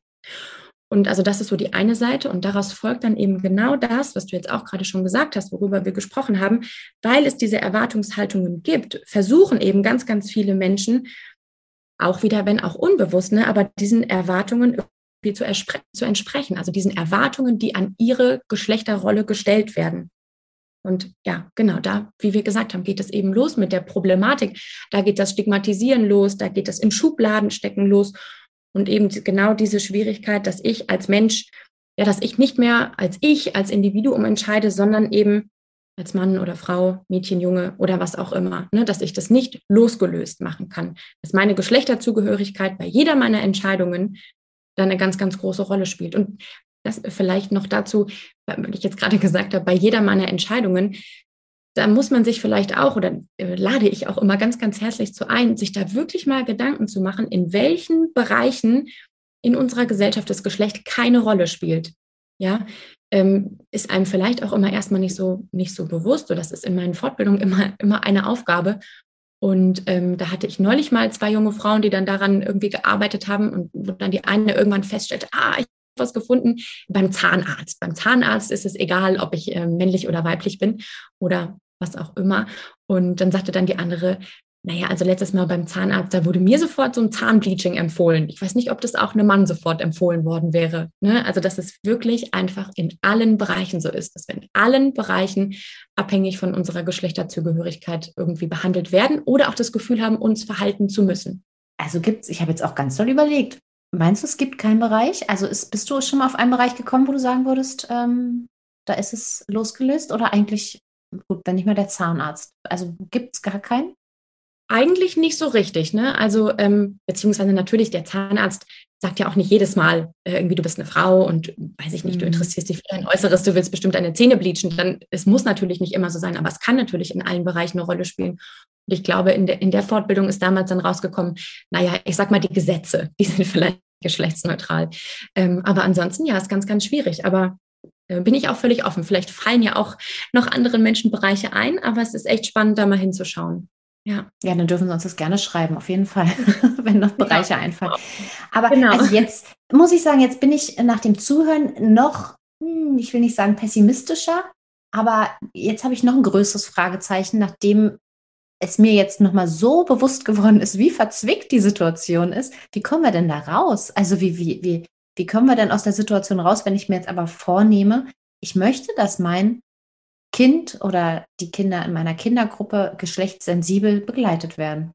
Und also das ist so die eine Seite und daraus folgt dann eben genau das, was du jetzt auch gerade schon gesagt hast, worüber wir gesprochen haben, weil es diese Erwartungshaltungen gibt, versuchen eben ganz, ganz viele Menschen, auch wieder, wenn auch unbewusst, ne, aber diesen Erwartungen irgendwie zu, erspre- zu entsprechen, also diesen Erwartungen, die an ihre Geschlechterrolle gestellt werden. Und ja, genau, da, wie wir gesagt haben, geht es eben los mit der Problematik. Da geht das Stigmatisieren los, da geht das in Schubladen stecken los. Und eben genau diese Schwierigkeit, dass ich als Mensch, ja, dass ich nicht mehr als ich, als Individuum entscheide, sondern eben als Mann oder Frau, Mädchen, Junge oder was auch immer, ne, dass ich das nicht losgelöst machen kann. Dass meine Geschlechterzugehörigkeit bei jeder meiner Entscheidungen dann eine ganz, ganz große Rolle spielt. Und das vielleicht noch dazu, weil ich jetzt gerade gesagt habe, bei jeder meiner Entscheidungen, da muss man sich vielleicht auch, oder äh, lade ich auch immer ganz, ganz herzlich zu ein, sich da wirklich mal Gedanken zu machen, in welchen Bereichen in unserer Gesellschaft das Geschlecht keine Rolle spielt. Ja, ähm, ist einem vielleicht auch immer erstmal nicht so, nicht so bewusst, oder das ist in meinen Fortbildungen immer, immer eine Aufgabe. Und ähm, da hatte ich neulich mal zwei junge Frauen, die dann daran irgendwie gearbeitet haben und wo dann die eine irgendwann feststellte, ah, ich habe was gefunden beim Zahnarzt. Beim Zahnarzt ist es egal, ob ich äh, männlich oder weiblich bin oder was auch immer. Und dann sagte dann die andere, naja, also letztes Mal beim Zahnarzt, da wurde mir sofort so ein Zahnbleaching empfohlen. Ich weiß nicht, ob das auch einem Mann sofort empfohlen worden wäre. Ne? Also, dass es wirklich einfach in allen Bereichen so ist, dass wir in allen Bereichen abhängig von unserer Geschlechterzugehörigkeit irgendwie behandelt werden oder auch das Gefühl haben, uns verhalten zu müssen. Also gibt's, ich habe jetzt auch ganz doll überlegt, meinst du, es gibt keinen Bereich? Also ist, bist du schon mal auf einen Bereich gekommen, wo du sagen würdest, ähm, da ist es losgelöst oder eigentlich, gut, wenn nicht mal der Zahnarzt. Also gibt es gar keinen? Eigentlich nicht so richtig, ne? Also, ähm, beziehungsweise natürlich, der Zahnarzt sagt ja auch nicht jedes Mal, äh, irgendwie, du bist eine Frau und weiß ich nicht, du Mhm. interessierst dich für dein Äußeres, du willst bestimmt deine Zähne bleachen. Dann, es muss natürlich nicht immer so sein, aber es kann natürlich in allen Bereichen eine Rolle spielen. Und ich glaube, in der, in der Fortbildung ist damals dann rausgekommen, naja, ich sag mal, die Gesetze, die sind vielleicht geschlechtsneutral. Ähm, aber ansonsten, ja, ist ganz, ganz schwierig. Aber äh, bin ich auch völlig offen. Vielleicht fallen ja auch noch anderen Menschen Bereiche ein, aber es ist echt spannend, da mal hinzuschauen. Ja. Ja, dann dürfen Sie uns das gerne schreiben, auf jeden Fall, wenn noch Bereiche Ja. einfallen. Aber Genau. also jetzt muss ich sagen, jetzt bin ich nach dem Zuhören noch, hm, ich will nicht sagen pessimistischer, aber jetzt habe ich noch ein größeres Fragezeichen, nachdem es mir jetzt nochmal so bewusst geworden ist, wie verzwickt die Situation ist. Wie kommen wir denn da raus? Also wie, wie, wie, wie kommen wir denn aus der Situation raus, wenn ich mir jetzt aber vornehme, ich möchte, dass mein Kind oder die Kinder in meiner Kindergruppe geschlechtssensibel begleitet werden?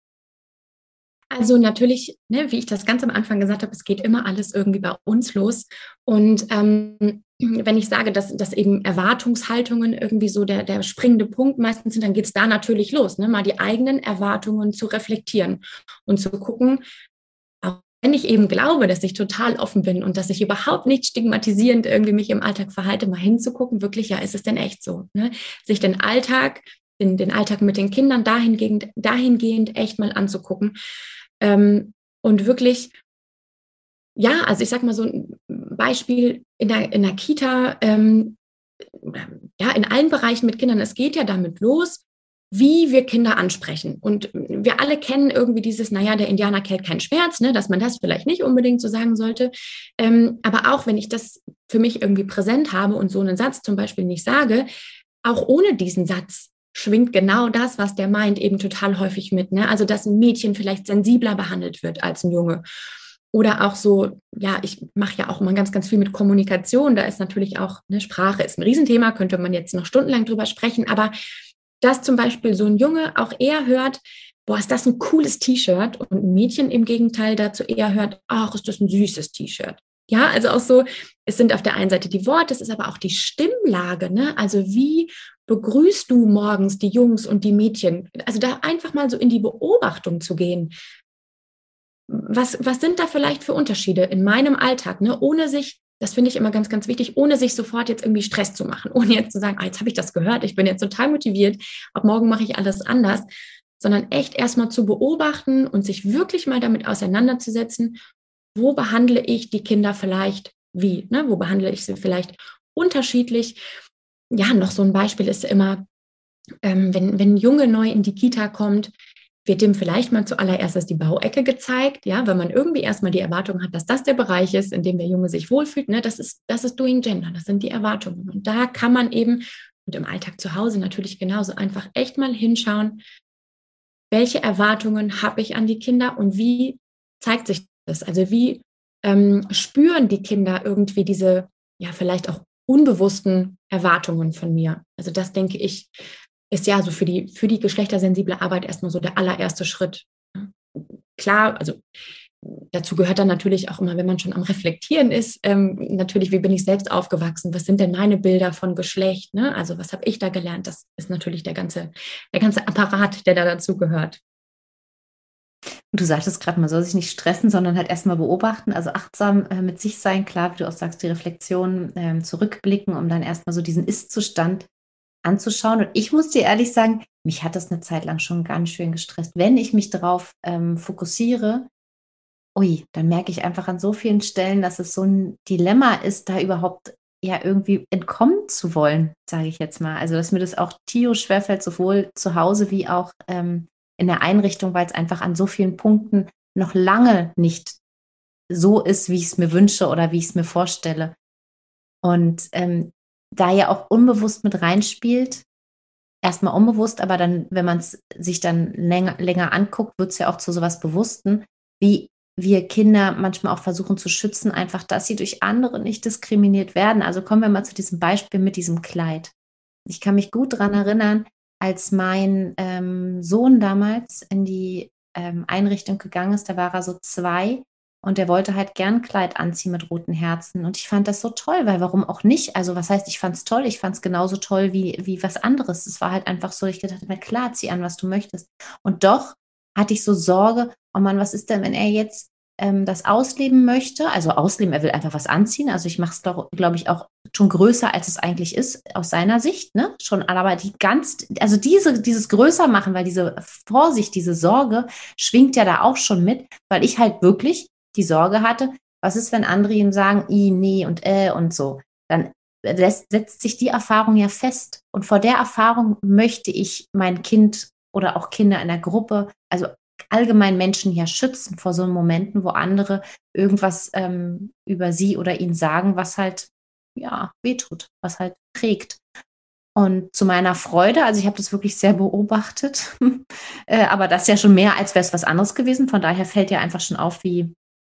Also natürlich, ne, wie ich das ganz am Anfang gesagt habe, es geht immer alles irgendwie bei uns los. Und ähm, wenn ich sage, dass, dass eben Erwartungshaltungen irgendwie so der, der springende Punkt meistens sind, dann geht es da natürlich los, ne, mal die eigenen Erwartungen zu reflektieren und zu gucken, auch wenn ich eben glaube, dass ich total offen bin und dass ich überhaupt nicht stigmatisierend irgendwie mich im Alltag verhalte, mal hinzugucken, wirklich, ja, ist es denn echt so? Ne? Sich den Alltag, den, den Alltag mit den Kindern dahingehend, dahingehend echt mal anzugucken. Ähm, und wirklich, ja, also ich sag mal so ein Beispiel in der, in der Kita, ähm, ja, in allen Bereichen mit Kindern. Es geht ja damit los, wie wir Kinder ansprechen. Und wir alle kennen irgendwie dieses, naja, der Indianer kennt keinen Schmerz, ne, dass man das vielleicht nicht unbedingt so sagen sollte. Ähm, aber auch wenn ich das für mich irgendwie präsent habe und so einen Satz zum Beispiel nicht sage, auch ohne diesen Satz schwingt genau das, was der meint, eben total häufig mit. Ne? Also, dass ein Mädchen vielleicht sensibler behandelt wird als ein Junge. Oder auch so, ja, ich mache ja auch immer ganz, ganz viel mit Kommunikation. Da ist natürlich auch, ne, Sprache ist ein Riesenthema, könnte man jetzt noch stundenlang drüber sprechen. Aber dass zum Beispiel so ein Junge auch eher hört, boah, ist das ein cooles T-Shirt, und ein Mädchen im Gegenteil dazu eher hört, ach, ist das ein süßes T-Shirt. Ja, also auch so, es sind auf der einen Seite die Worte, es ist aber auch die Stimmlage, ne? Also wie begrüßt du morgens die Jungs und die Mädchen? Also da einfach mal so in die Beobachtung zu gehen. Was, was sind da vielleicht für Unterschiede in meinem Alltag, ne? Ohne sich, das finde ich immer ganz, ganz wichtig, ohne sich sofort jetzt irgendwie Stress zu machen, ohne jetzt zu sagen, ah, jetzt habe ich das gehört, ich bin jetzt total motiviert, ab morgen mache ich alles anders, sondern echt erstmal zu beobachten und sich wirklich mal damit auseinanderzusetzen, wo behandle ich die Kinder vielleicht wie, ne? Wo behandle ich sie vielleicht unterschiedlich. Ja, noch so ein Beispiel ist immer, ähm, wenn, wenn ein Junge neu in die Kita kommt, wird dem vielleicht mal zuallererst die Bauecke gezeigt, ja, weil man irgendwie erstmal die Erwartung hat, dass das der Bereich ist, in dem der Junge sich wohlfühlt. Ne? Das ist, das ist Doing Gender, das sind die Erwartungen. Und da kann man eben, und im Alltag zu Hause natürlich genauso, einfach echt mal hinschauen, welche Erwartungen habe ich an die Kinder und wie zeigt sich das? Also wie ähm, spüren die Kinder irgendwie diese, ja, vielleicht auch unbewussten Erwartungen von mir? Also das, denke ich, ist ja so für die, für die geschlechtersensible Arbeit erstmal so der allererste Schritt. Klar, also dazu gehört dann natürlich auch immer, wenn man schon am Reflektieren ist, ähm, natürlich, wie bin ich selbst aufgewachsen? Was sind denn meine Bilder von Geschlecht? Ne? Also was habe ich da gelernt? Das ist natürlich der ganze, der ganze Apparat, der da dazu gehört. Und du sagtest gerade, man soll sich nicht stressen, sondern halt erstmal beobachten, also achtsam äh, mit sich sein, klar, wie du auch sagst, die Reflexion ähm, zurückblicken, um dann erstmal so diesen Ist-Zustand anzuschauen. Und ich muss dir ehrlich sagen, mich hat das eine Zeit lang schon ganz schön gestresst. Wenn ich mich darauf ähm, fokussiere, ui, dann merke ich einfach an so vielen Stellen, dass es so ein Dilemma ist, da überhaupt ja irgendwie entkommen zu wollen, sage ich jetzt mal. Also, dass mir das auch tierisch schwerfällt, sowohl zu Hause wie auch ähm, in der Einrichtung, weil es einfach an so vielen Punkten noch lange nicht so ist, wie ich es mir wünsche oder wie ich es mir vorstelle. Und ähm, da ja auch unbewusst mit reinspielt, erstmal unbewusst, aber dann, wenn man es sich dann länger, länger anguckt, wird es ja auch zu sowas Bewussten, wie wir Kinder manchmal auch versuchen zu schützen, einfach, dass sie durch andere nicht diskriminiert werden. Also kommen wir mal zu diesem Beispiel mit diesem Kleid. Ich kann mich gut daran erinnern, als mein ähm, Sohn damals in die ähm, Einrichtung gegangen ist, da war er so zwei und der wollte halt gern ein Kleid anziehen mit roten Herzen. Und ich fand das so toll, weil warum auch nicht? Also was heißt, ich fand es toll? Ich fand es genauso toll wie, wie was anderes. Es war halt einfach so, ich gedacht, na klar, zieh an, was du möchtest. Und doch hatte ich so Sorge, oh Mann, was ist denn, wenn er jetzt ähm, das ausleben möchte? Also ausleben, er will einfach was anziehen. Also ich mache es, glaube ich, auch schon größer, als es eigentlich ist, aus seiner Sicht, ne? Schon, aber die ganz, also diese, dieses größer machen, weil diese Vorsicht, diese Sorge schwingt ja da auch schon mit, weil ich halt wirklich die Sorge hatte, was ist, wenn andere ihm sagen, i, nee und äh und so. Dann lässt, setzt sich die Erfahrung ja fest. Und vor der Erfahrung möchte ich mein Kind oder auch Kinder in der Gruppe, also allgemein Menschen ja schützen vor so Momenten, wo andere irgendwas ähm, über sie oder ihn sagen, was halt ja, wehtut, was halt prägt. Und zu meiner Freude, also ich habe das wirklich sehr beobachtet, äh, aber das ist ja schon mehr, als wäre es was anderes gewesen. Von daher fällt ja einfach schon auf, wie,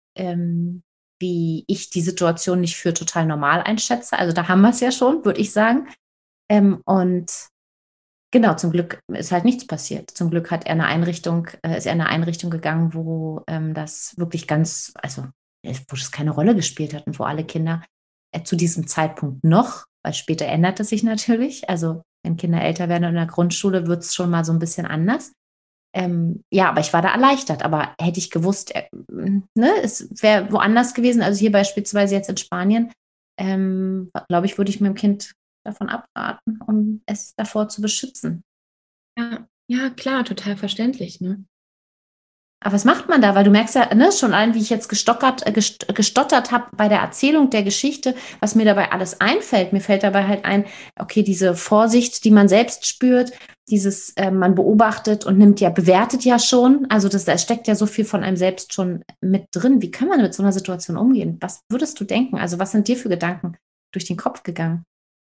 ähm, wie ich die Situation nicht für total normal einschätze. Also da haben wir es ja schon, würde ich sagen. Ähm, und genau, zum Glück ist halt nichts passiert. Zum Glück hat er eine Einrichtung, äh, ist er in eine Einrichtung gegangen, wo ähm, das wirklich ganz, also äh, wo das keine Rolle gespielt hat und wo alle Kinder äh, zu diesem Zeitpunkt noch, weil später ändert es sich natürlich. Also wenn Kinder älter werden und in der Grundschule wird es schon mal so ein bisschen anders. Ähm, ja, aber ich war da erleichtert. Aber hätte ich gewusst, äh, ne, es wäre woanders gewesen, also hier beispielsweise jetzt in Spanien, ähm, glaube ich, würde ich meinem Kind davon abraten, um es davor zu beschützen. Ja, ja, klar, total verständlich, ne? Aber was macht man da? Weil du merkst ja, ne, schon allein, wie ich jetzt gestockert, äh, gest- gestottert habe bei der Erzählung der Geschichte, was mir dabei alles einfällt. Mir fällt dabei halt ein, okay, diese Vorsicht, die man selbst spürt, dieses, äh, man beobachtet und nimmt ja, bewertet ja schon. Also das, da steckt ja so viel von einem selbst schon mit drin. Wie kann man mit so einer Situation umgehen? Was würdest du denken? Also was sind dir für Gedanken durch den Kopf gegangen?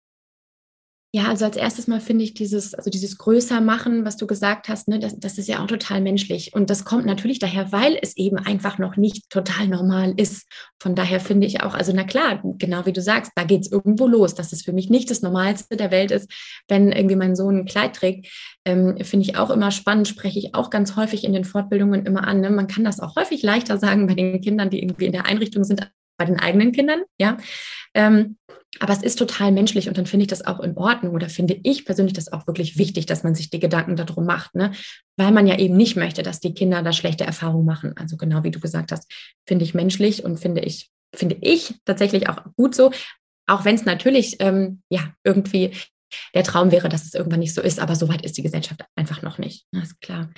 Ja, also als erstes Mal finde ich dieses, also dieses Größermachen, was du gesagt hast, ne, das, das ist ja auch total menschlich. Und das kommt natürlich daher, weil es eben einfach noch nicht total normal ist. Von daher finde ich auch, also na klar, genau wie du sagst, da geht es irgendwo los, dass es für mich nicht das Normalste der Welt ist, wenn irgendwie mein Sohn ein Kleid trägt. Ähm, finde ich auch immer spannend, spreche ich auch ganz häufig in den Fortbildungen immer an. Ne? Man kann das auch häufig leichter sagen bei den Kindern, die irgendwie in der Einrichtung sind, bei den eigenen Kindern, ja. Ähm, aber es ist total menschlich und dann finde ich das auch in Ordnung oder finde ich persönlich das auch wirklich wichtig, dass man sich die Gedanken darum macht, ne? Weil man ja eben nicht möchte, dass die Kinder da schlechte Erfahrungen machen. Also genau wie du gesagt hast, finde ich menschlich und finde ich, finde ich tatsächlich auch gut so, auch wenn es natürlich ähm, ja irgendwie der Traum wäre, dass es irgendwann nicht so ist, aber so weit ist die Gesellschaft einfach noch nicht. Das ist klar.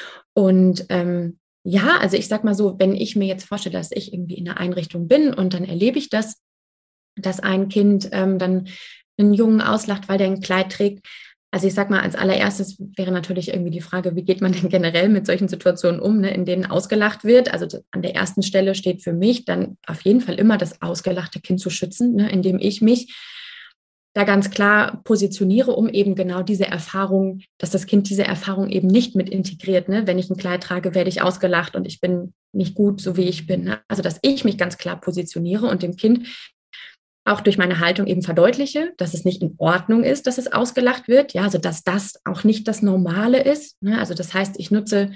Und ähm, ja, also ich sag mal so, wenn ich mir jetzt vorstelle, dass ich irgendwie in einer Einrichtung bin und dann erlebe ich das, dass ein Kind ähm, dann einen Jungen auslacht, weil der ein Kleid trägt. Also ich sag mal, als allererstes wäre natürlich irgendwie die Frage, wie geht man denn generell mit solchen Situationen um, ne, in denen ausgelacht wird. Also an der ersten Stelle steht für mich dann auf jeden Fall immer das ausgelachte Kind zu schützen, ne, indem ich mich da ganz klar positioniere, um eben genau diese Erfahrung, dass das Kind diese Erfahrung eben nicht mit integriert. Ne? Wenn ich ein Kleid trage, werde ich ausgelacht und ich bin nicht gut, so wie ich bin. Ne? Also dass ich mich ganz klar positioniere und dem Kind auch durch meine Haltung eben verdeutliche, dass es nicht in Ordnung ist, dass es ausgelacht wird. Ja, also dass das auch nicht das Normale ist. Ne? Also das heißt, ich nutze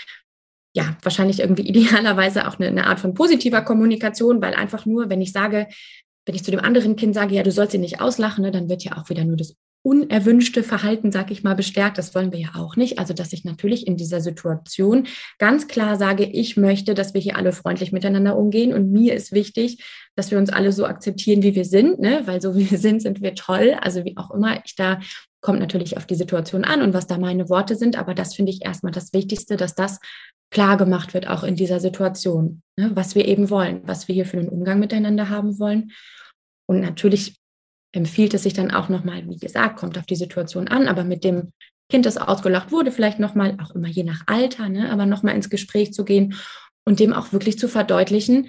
ja wahrscheinlich irgendwie idealerweise auch eine, eine Art von positiver Kommunikation, weil einfach nur, wenn ich sage, wenn ich zu dem anderen Kind sage, ja, du sollst ihn nicht auslachen, ne, dann wird ja auch wieder nur das unerwünschte Verhalten, sag ich mal, bestärkt. Das wollen wir ja auch nicht. Also, dass ich natürlich in dieser Situation ganz klar sage, ich möchte, dass wir hier alle freundlich miteinander umgehen und mir ist wichtig, dass wir uns alle so akzeptieren, wie wir sind, ne? Weil so wie wir sind, sind wir toll. Also wie auch immer ich da, kommt natürlich auf die Situation an und was da meine Worte sind. Aber das finde ich erstmal das Wichtigste, dass das klar gemacht wird, auch in dieser Situation, ne? Was wir eben wollen, was wir hier für einen Umgang miteinander haben wollen. Und natürlich empfiehlt es sich dann auch nochmal, wie gesagt, kommt auf die Situation an, aber mit dem Kind, das ausgelacht wurde, vielleicht nochmal, auch immer je nach Alter, ne, aber nochmal ins Gespräch zu gehen und dem auch wirklich zu verdeutlichen,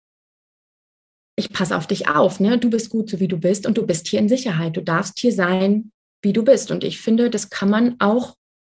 ich passe auf dich auf, ne? Du bist gut, so wie du bist und du bist hier in Sicherheit. Du darfst hier sein, wie du bist. Und ich finde, das kann man auch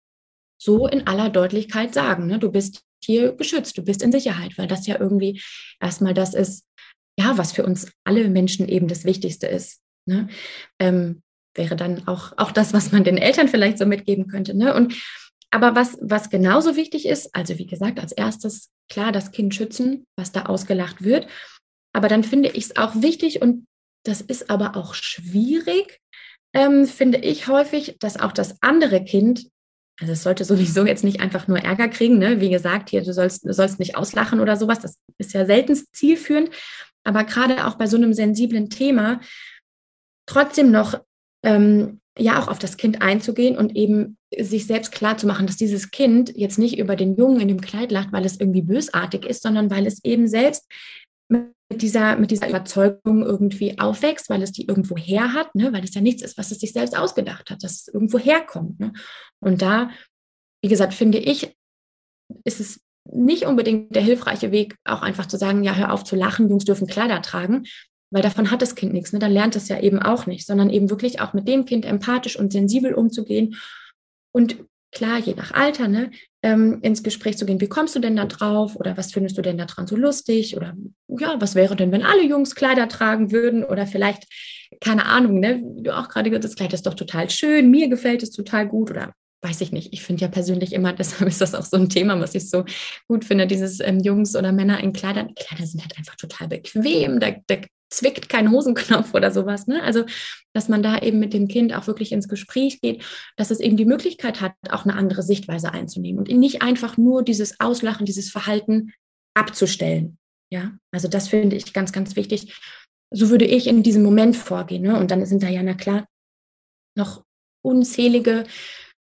so in aller Deutlichkeit sagen. Ne? Du bist hier geschützt, du bist in Sicherheit, weil das ja irgendwie erstmal das ist, ja, was für uns alle Menschen eben das Wichtigste ist. Ne? Ähm, wäre dann auch, auch das, was man den Eltern vielleicht so mitgeben könnte. Ne? Und aber was, was genauso wichtig ist, also wie gesagt, als erstes klar das Kind schützen, was da ausgelacht wird. Aber dann finde ich es auch wichtig und das ist aber auch schwierig, ähm, finde ich häufig, dass auch das andere Kind, also es sollte sowieso jetzt nicht einfach nur Ärger kriegen, ne? Wie gesagt, hier, du sollst, du sollst nicht auslachen oder sowas, das ist ja selten zielführend, aber gerade auch bei so einem sensiblen Thema trotzdem noch ähm, ja auch auf das Kind einzugehen und eben sich selbst klar zu machen, dass dieses Kind jetzt nicht über den Jungen in dem Kleid lacht, weil es irgendwie bösartig ist, sondern weil es eben selbst mit dieser, mit dieser Überzeugung irgendwie aufwächst, weil es die irgendwo her hat, ne? Weil es ja nichts ist, was es sich selbst ausgedacht hat, dass es irgendwo herkommt. Ne? Und da, wie gesagt, finde ich, ist es nicht unbedingt der hilfreiche Weg, auch einfach zu sagen, ja, hör auf zu lachen, Jungs dürfen Kleider tragen, weil davon hat das Kind nichts. Ne? Dann lernt es ja eben auch nicht, sondern eben wirklich auch mit dem Kind empathisch und sensibel umzugehen und klar, je nach Alter, ne, ähm, ins Gespräch zu gehen, wie kommst du denn da drauf oder was findest du denn da dran so lustig oder ja, was wäre denn, wenn alle Jungs Kleider tragen würden oder vielleicht, keine Ahnung, ne, wie du auch gerade gesagt hast, das Kleid ist doch total schön, mir gefällt es total gut oder weiß ich nicht. Ich finde ja persönlich immer, deshalb ist das auch so ein Thema, was ich so gut finde, dieses ähm, Jungs oder Männer in Kleidern. Die Kleider sind halt einfach total bequem, da, da zwickt kein Hosenknopf oder sowas. Ne? Also, dass man da eben mit dem Kind auch wirklich ins Gespräch geht, dass es eben die Möglichkeit hat, auch eine andere Sichtweise einzunehmen und nicht einfach nur dieses Auslachen, dieses Verhalten abzustellen. Ja, also das finde ich ganz, ganz wichtig. So würde ich in diesem Moment vorgehen. Ne? Und dann sind da ja, na klar, noch unzählige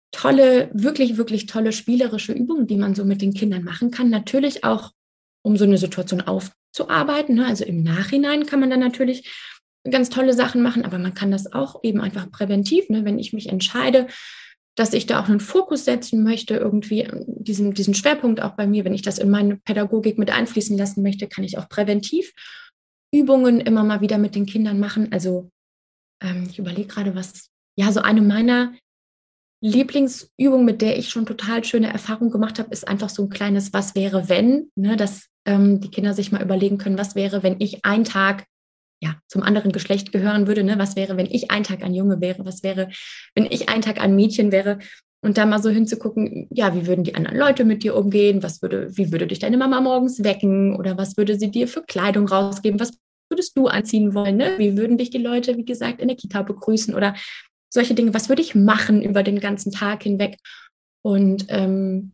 tolle, wirklich, wirklich tolle spielerische Übungen, die man so mit den Kindern machen kann. Natürlich auch, um so eine Situation aufzuarbeiten. Ne? Also im Nachhinein kann man dann natürlich ganz tolle Sachen machen, aber man kann das auch eben einfach präventiv, ne? Wenn ich mich entscheide, dass ich da auch einen Fokus setzen möchte, irgendwie diesen, diesen Schwerpunkt auch bei mir, wenn ich das in meine Pädagogik mit einfließen lassen möchte, kann ich auch präventiv Übungen immer mal wieder mit den Kindern machen. Also ähm, ich überlege gerade, was, ja, so eine meiner Lieblingsübung, mit der ich schon total schöne Erfahrungen gemacht habe, ist einfach so ein kleines Was wäre, wenn, ne, dass ähm, die Kinder sich mal überlegen können, was wäre, wenn ich einen Tag ja, zum anderen Geschlecht gehören würde, ne? Was wäre, wenn ich einen Tag ein Junge wäre? Was wäre, wenn ich einen Tag ein Mädchen wäre? Und da mal so hinzugucken, ja, wie würden die anderen Leute mit dir umgehen? Was würde, wie würde dich deine Mama morgens wecken? Oder was würde sie dir für Kleidung rausgeben? Was würdest du anziehen wollen? Ne? Wie würden dich die Leute, wie gesagt, in der Kita begrüßen? Oder solche Dinge, was würde ich machen über den ganzen Tag hinweg? Und ähm,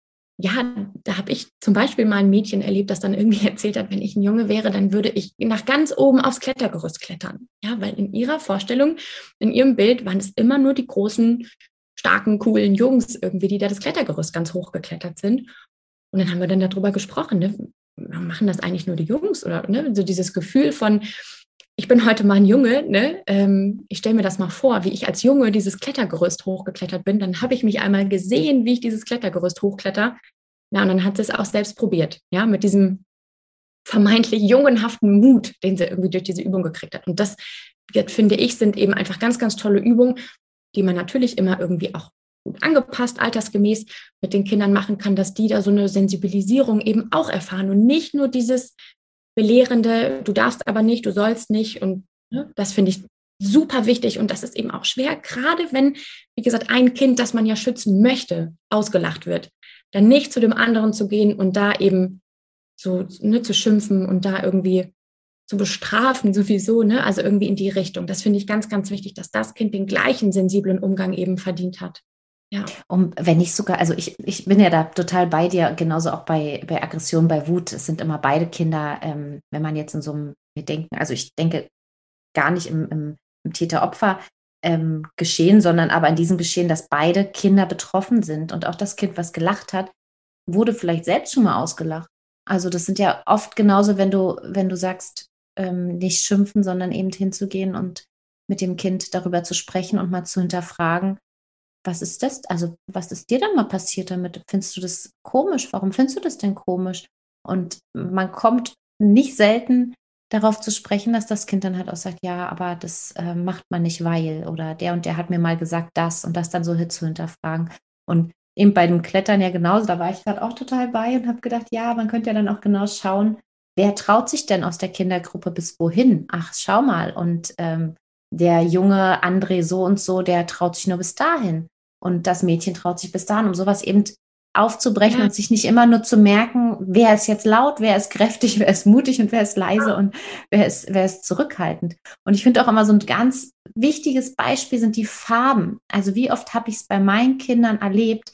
ja, da habe ich zum Beispiel mal ein Mädchen erlebt, das dann irgendwie erzählt hat, wenn ich ein Junge wäre, dann würde ich nach ganz oben aufs Klettergerüst klettern. Ja, weil in ihrer Vorstellung, in ihrem Bild waren es immer nur die großen, starken, coolen Jungs irgendwie, die da das Klettergerüst ganz hoch geklettert sind. Und dann haben wir dann darüber gesprochen, ne? Machen das eigentlich nur die Jungs? Oder ne? So dieses Gefühl von, ich bin heute mal ein Junge, ne? Ähm, ich stelle mir das mal vor, wie ich als Junge dieses Klettergerüst hochgeklettert bin. Dann habe ich mich einmal gesehen, wie ich dieses Klettergerüst hochkletter. Ja, und dann hat sie es auch selbst probiert, ja, mit diesem vermeintlich jungenhaften Mut, den sie irgendwie durch diese Übung gekriegt hat. Und das, das finde ich, sind eben einfach ganz, ganz tolle Übungen, die man natürlich immer irgendwie auch gut angepasst, altersgemäß mit den Kindern machen kann, dass die da so eine Sensibilisierung eben auch erfahren und nicht nur dieses belehrende, du darfst aber nicht, du sollst nicht. Und ne, das finde ich super wichtig. Und das ist eben auch schwer, gerade wenn, wie gesagt, ein Kind, das man ja schützen möchte, ausgelacht wird, dann nicht zu dem anderen zu gehen und da eben so ne, zu schimpfen und da irgendwie zu bestrafen sowieso, ne? Also irgendwie in die Richtung. Das finde ich ganz, ganz wichtig, dass das Kind den gleichen sensiblen Umgang eben verdient hat. Ja. Und wenn nicht sogar, also ich, ich bin ja da total bei dir, genauso auch bei, bei Aggression, bei Wut. Es sind immer beide Kinder, ähm, wenn man jetzt in so einem, wir denken, also ich denke gar nicht im, im, im Täter-Opfer ähm, Geschehen, sondern aber in diesem Geschehen, dass beide Kinder betroffen sind. Und auch das Kind, was gelacht hat, wurde vielleicht selbst schon mal ausgelacht. Also das sind ja oft genauso, wenn du, wenn du sagst, ähm, nicht schimpfen, sondern eben hinzugehen und mit dem Kind darüber zu sprechen und mal zu hinterfragen, was ist das? Also, was ist dir dann mal passiert damit? Findest du das komisch? Warum findest du das denn komisch? Und man kommt nicht selten darauf zu sprechen, dass das Kind dann halt auch sagt, ja, aber das äh, macht man nicht, weil oder der und der hat mir mal gesagt das und das dann so zu hinterfragen. Und eben bei dem Klettern ja genauso, da war ich gerade auch total bei und habe gedacht, ja, man könnte ja dann auch genau schauen, wer traut sich denn aus der Kindergruppe bis wohin? Ach, schau mal. Und ähm, der junge André so und so, der traut sich nur bis dahin. Und das Mädchen traut sich bis dahin, um sowas eben aufzubrechen Ja. und sich nicht immer nur zu merken, wer ist jetzt laut, wer ist kräftig, wer ist mutig und wer ist leise und wer ist, wer ist zurückhaltend. Und ich finde auch immer so ein ganz wichtiges Beispiel sind die Farben. Also wie oft habe ich es bei meinen Kindern erlebt,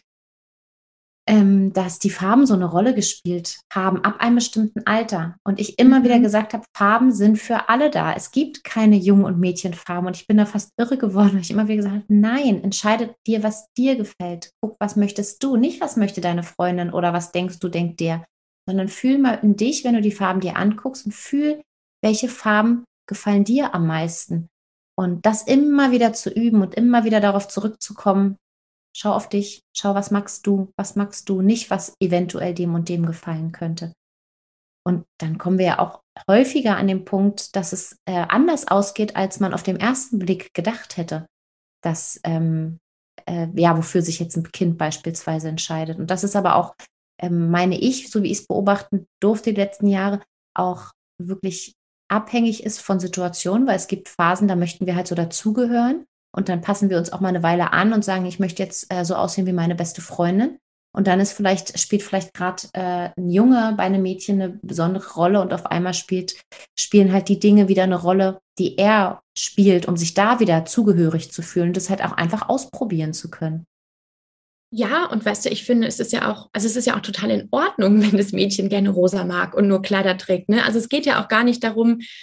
ähm, dass die Farben so eine Rolle gespielt haben ab einem bestimmten Alter. Und ich immer mhm. wieder gesagt habe, Farben sind für alle da. Es gibt keine Jungen- und Mädchenfarben. Und ich bin da fast irre geworden, weil ich immer wieder gesagt habe, nein, entscheide dir, was dir gefällt. Guck, was möchtest du? Nicht, was möchte deine Freundin oder was denkst du, denkt der. Sondern fühl mal in dich, wenn du die Farben dir anguckst und fühl, welche Farben gefallen dir am meisten. Und das immer wieder zu üben und immer wieder darauf zurückzukommen, schau auf dich, schau, was magst du, was magst du, nicht, was eventuell dem und dem gefallen könnte. Und dann kommen wir ja auch häufiger an den Punkt, dass es äh, anders ausgeht, als man auf den ersten Blick gedacht hätte. Dass, ähm, äh, ja, wofür sich jetzt ein Kind beispielsweise entscheidet. Und das ist aber auch, ähm, meine ich, so wie ich es beobachten durfte die letzten Jahre, auch wirklich abhängig ist von Situationen, weil es gibt Phasen, da möchten wir halt so dazugehören. Und dann passen wir uns auch mal eine Weile an und sagen, ich möchte jetzt äh, so aussehen wie meine beste Freundin. Und dann ist vielleicht, spielt vielleicht gerade äh, ein Junge bei einem Mädchen eine besondere Rolle und auf einmal spielt, spielen halt die Dinge wieder eine Rolle, die er spielt, um sich da wieder zugehörig zu fühlen und das halt auch einfach ausprobieren zu können. Ja, und weißt du, ich finde, es ist ja auch, also es ist ja auch total in Ordnung, wenn das Mädchen gerne rosa mag und nur Kleider trägt. Ne? Also es geht ja auch gar nicht darum,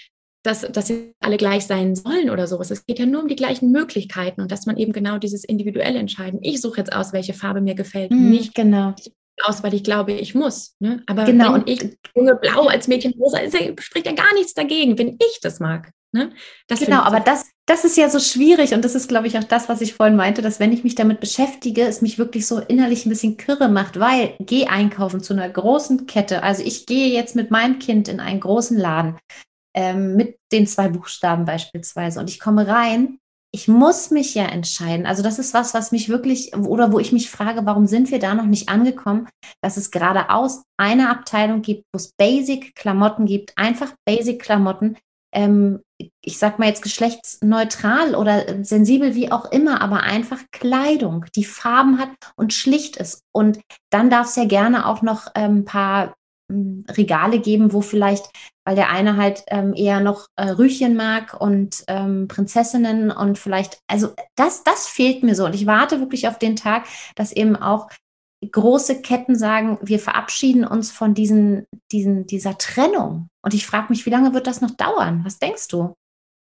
dass, dass sie alle gleich sein sollen oder sowas. Es geht ja nur um die gleichen Möglichkeiten und dass man eben genau dieses individuelle entscheiden. Ich suche jetzt aus, welche Farbe mir gefällt, Mhm, nicht genau. aus, weil ich glaube, ich muss. Ne? Aber Genau, wenn und ich junge Blau als Mädchen rosa, ist, spricht ja gar nichts dagegen, wenn ich das mag. Ne? Das genau, finde ich aber so. das, das ist ja so schwierig und das ist, glaube ich, auch das, was ich vorhin meinte, dass wenn ich mich damit beschäftige, es mich wirklich so innerlich ein bisschen kirre macht, weil geh einkaufen zu einer großen Kette. Also ich gehe jetzt mit meinem Kind in einen großen Laden ähm, mit den zwei Buchstaben beispielsweise und ich komme rein. Ich muss mich ja entscheiden. Also das ist was, was mich wirklich, oder wo ich mich frage, warum sind wir da noch nicht angekommen, dass es geradeaus eine Abteilung gibt, wo es Basic-Klamotten gibt, einfach Basic-Klamotten, ähm, ich sag mal jetzt geschlechtsneutral oder sensibel, wie auch immer, aber einfach Kleidung, die Farben hat und schlicht ist. Und dann darf es ja gerne auch noch ähm, ein paar ähm, Regale geben, wo vielleicht, weil der eine halt ähm, eher noch äh, Rüchen mag und ähm, Prinzessinnen und vielleicht, also das, das fehlt mir so. Und ich warte wirklich auf den Tag, dass eben auch große Ketten sagen, wir verabschieden uns von diesen, diesen, dieser Trennung. Und ich frage mich, wie lange wird das noch dauern? Was denkst du?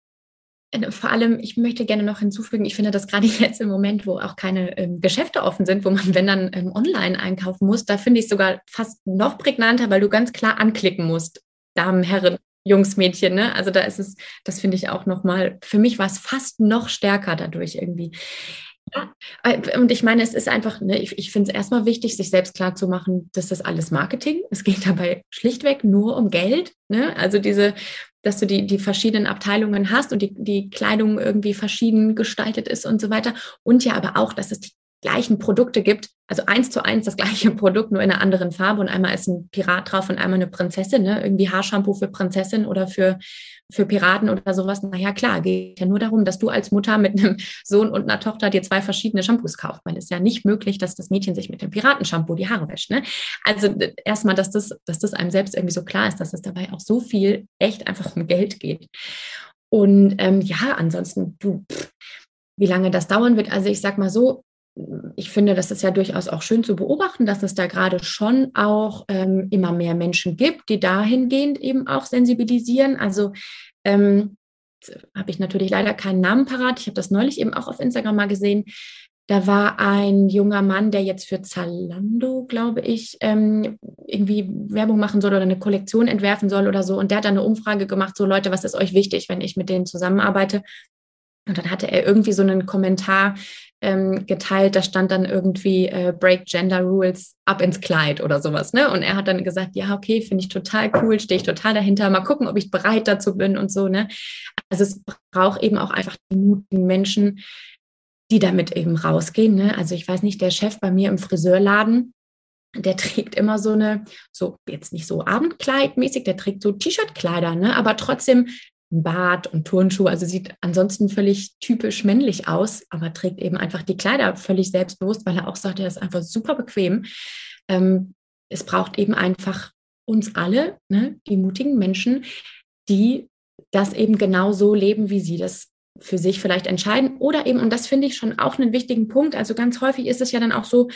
Vor allem, ich möchte gerne noch hinzufügen, ich finde, dass gerade jetzt im Moment, wo auch keine ähm, Geschäfte offen sind, wo man, wenn dann ähm, online einkaufen muss, da finde ich es sogar fast noch prägnanter, weil du ganz klar anklicken musst. Damen, Herren, Jungs, Mädchen, ne? Also da ist es, das finde ich auch nochmal, für mich war es fast noch stärker dadurch irgendwie. Ja, äh, und ich meine, es ist einfach, ne, ich, ich finde es erstmal wichtig, sich selbst klar zu machen, dass das alles Marketing. Es geht dabei schlichtweg nur um Geld. Ne? Also diese, dass du die, die verschiedenen Abteilungen hast und die, die Kleidung irgendwie verschieden gestaltet ist und so weiter. Und ja aber auch, dass es die gleichen Produkte gibt, also eins zu eins das gleiche Produkt, nur in einer anderen Farbe und einmal ist ein Pirat drauf und einmal eine Prinzessin, ne? Irgendwie Haarshampoo für Prinzessin oder für, für Piraten oder sowas. Naja, klar, geht ja nur darum, dass du als Mutter mit einem Sohn und einer Tochter dir zwei verschiedene Shampoos kauft, weil es ist ja nicht möglich, dass das Mädchen sich mit dem Piratenshampoo die Haare wäscht. Ne? Also erstmal, dass das, dass das einem selbst irgendwie so klar ist, dass es dabei auch so viel echt einfach um Geld geht. Und ähm, ja, ansonsten, du, pff, wie lange das dauern wird, also ich sag mal so, ich finde, das ist ja durchaus auch schön zu beobachten, dass es da gerade schon auch ähm, immer mehr Menschen gibt, die dahingehend eben auch sensibilisieren. Also ähm, habe ich natürlich leider keinen Namen parat. Ich habe das neulich eben auch auf Instagram mal gesehen. Da war ein junger Mann, der jetzt für Zalando, glaube ich, ähm, irgendwie Werbung machen soll oder eine Kollektion entwerfen soll oder so. Und der hat dann eine Umfrage gemacht, so Leute, was ist euch wichtig, wenn ich mit denen zusammenarbeite? Und dann hatte er irgendwie so einen Kommentar ähm, geteilt, da stand dann irgendwie äh, Break Gender Rules, ab ins Kleid oder sowas. Ne? Und er hat dann gesagt, ja, okay, finde ich total cool, stehe ich total dahinter, mal gucken, ob ich bereit dazu bin und so. Ne? Also es braucht eben auch einfach die mutigen Menschen, die damit eben rausgehen. Ne? Also ich weiß nicht, der Chef bei mir im Friseurladen, der trägt immer so eine, so jetzt nicht so Abendkleidmäßig, der trägt so T-Shirt-Kleider, ne? Aber trotzdem ein Bart und Turnschuhe, also sieht ansonsten völlig typisch männlich aus, aber trägt eben einfach die Kleider völlig selbstbewusst, weil er auch sagt, er ist einfach super bequem. Ähm, es braucht eben einfach uns alle, ne? Die mutigen Menschen, die das eben genau so leben, wie sie das für sich vielleicht entscheiden. Oder eben, und das finde ich schon auch einen wichtigen Punkt, also ganz häufig ist es ja dann auch so,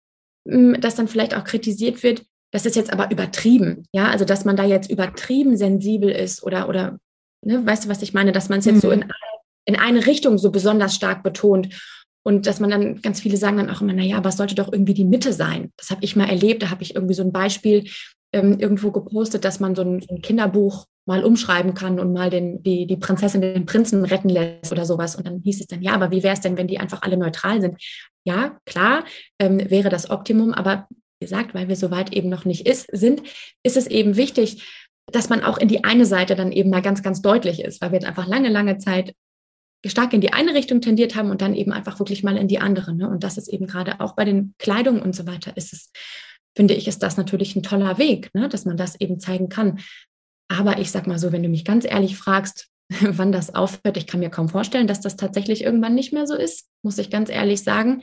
dass dann vielleicht auch kritisiert wird, das ist jetzt aber übertrieben, ja, also dass man da jetzt übertrieben sensibel ist oder, oder ne, weißt du, was ich meine, dass man es jetzt so in, in eine Richtung so besonders stark betont und dass man dann, ganz viele sagen dann auch immer, naja, aber es sollte doch irgendwie die Mitte sein. Das habe ich mal erlebt, da habe ich irgendwie so ein Beispiel ähm, irgendwo gepostet, dass man so ein, so ein Kinderbuch mal umschreiben kann und mal den, die, die Prinzessin den Prinzen retten lässt oder sowas. Und dann hieß es dann, ja, aber wie wäre es denn, wenn die einfach alle neutral sind? Ja, klar, ähm, wäre das Optimum, aber wie gesagt, weil wir so weit eben noch nicht ist, sind, ist es eben wichtig, dass man auch in die eine Seite dann eben mal ganz, ganz deutlich ist, weil wir jetzt einfach lange, lange Zeit stark in die eine Richtung tendiert haben und dann eben einfach wirklich mal in die andere. Ne? Und das ist eben gerade auch bei den Kleidungen und so weiter, ist es, finde ich, ist das natürlich ein toller Weg, ne? Dass man das eben zeigen kann. Aber ich sag mal so, wenn du mich ganz ehrlich fragst, wann das aufhört, ich kann mir kaum vorstellen, dass das tatsächlich irgendwann nicht mehr so ist, muss ich ganz ehrlich sagen.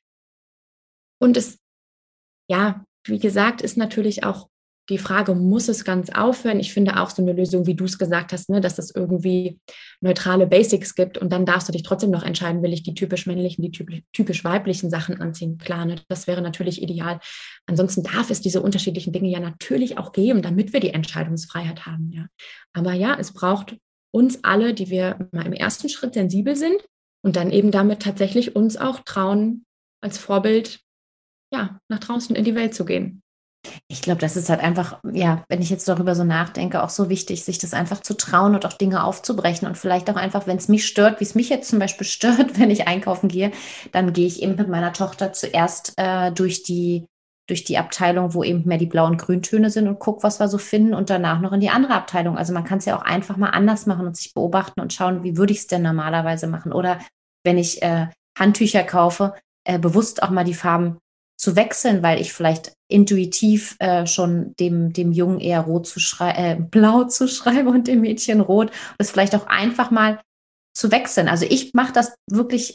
Und es, ja, wie gesagt, ist natürlich auch die Frage, muss es ganz aufhören? Ich finde auch so eine Lösung, wie du es gesagt hast, ne, dass es irgendwie neutrale Basics gibt und dann darfst du dich trotzdem noch entscheiden, will ich die typisch männlichen, die typisch, typisch weiblichen Sachen anziehen. Klar, ne, das wäre natürlich ideal. Ansonsten darf es diese unterschiedlichen Dinge ja natürlich auch geben, damit wir die Entscheidungsfreiheit haben. Ja. Aber ja, es braucht uns alle, die wir mal im ersten Schritt sensibel sind und dann eben damit tatsächlich uns auch trauen, als Vorbild, ja, nach draußen in die Welt zu gehen. Ich glaube, das ist halt einfach, ja, wenn ich jetzt darüber so nachdenke, auch so wichtig, sich das einfach zu trauen und auch Dinge aufzubrechen und vielleicht auch einfach, wenn es mich stört, wie es mich jetzt zum Beispiel stört, wenn ich einkaufen gehe, dann gehe ich eben mit meiner Tochter zuerst äh, durch die, durch die Abteilung, wo eben mehr die Blau- und Grüntöne sind und gucke, was wir so finden und danach noch in die andere Abteilung. Also man kann es ja auch einfach mal anders machen und sich beobachten und schauen, wie würde ich es denn normalerweise machen. Oder wenn ich äh, Handtücher kaufe, äh, bewusst auch mal die Farben zu wechseln, weil ich vielleicht intuitiv äh, schon dem, dem Jungen eher rot zu schrei äh, blau zu schreibe und dem Mädchen rot. Das vielleicht auch einfach mal zu wechseln. Also ich mache das wirklich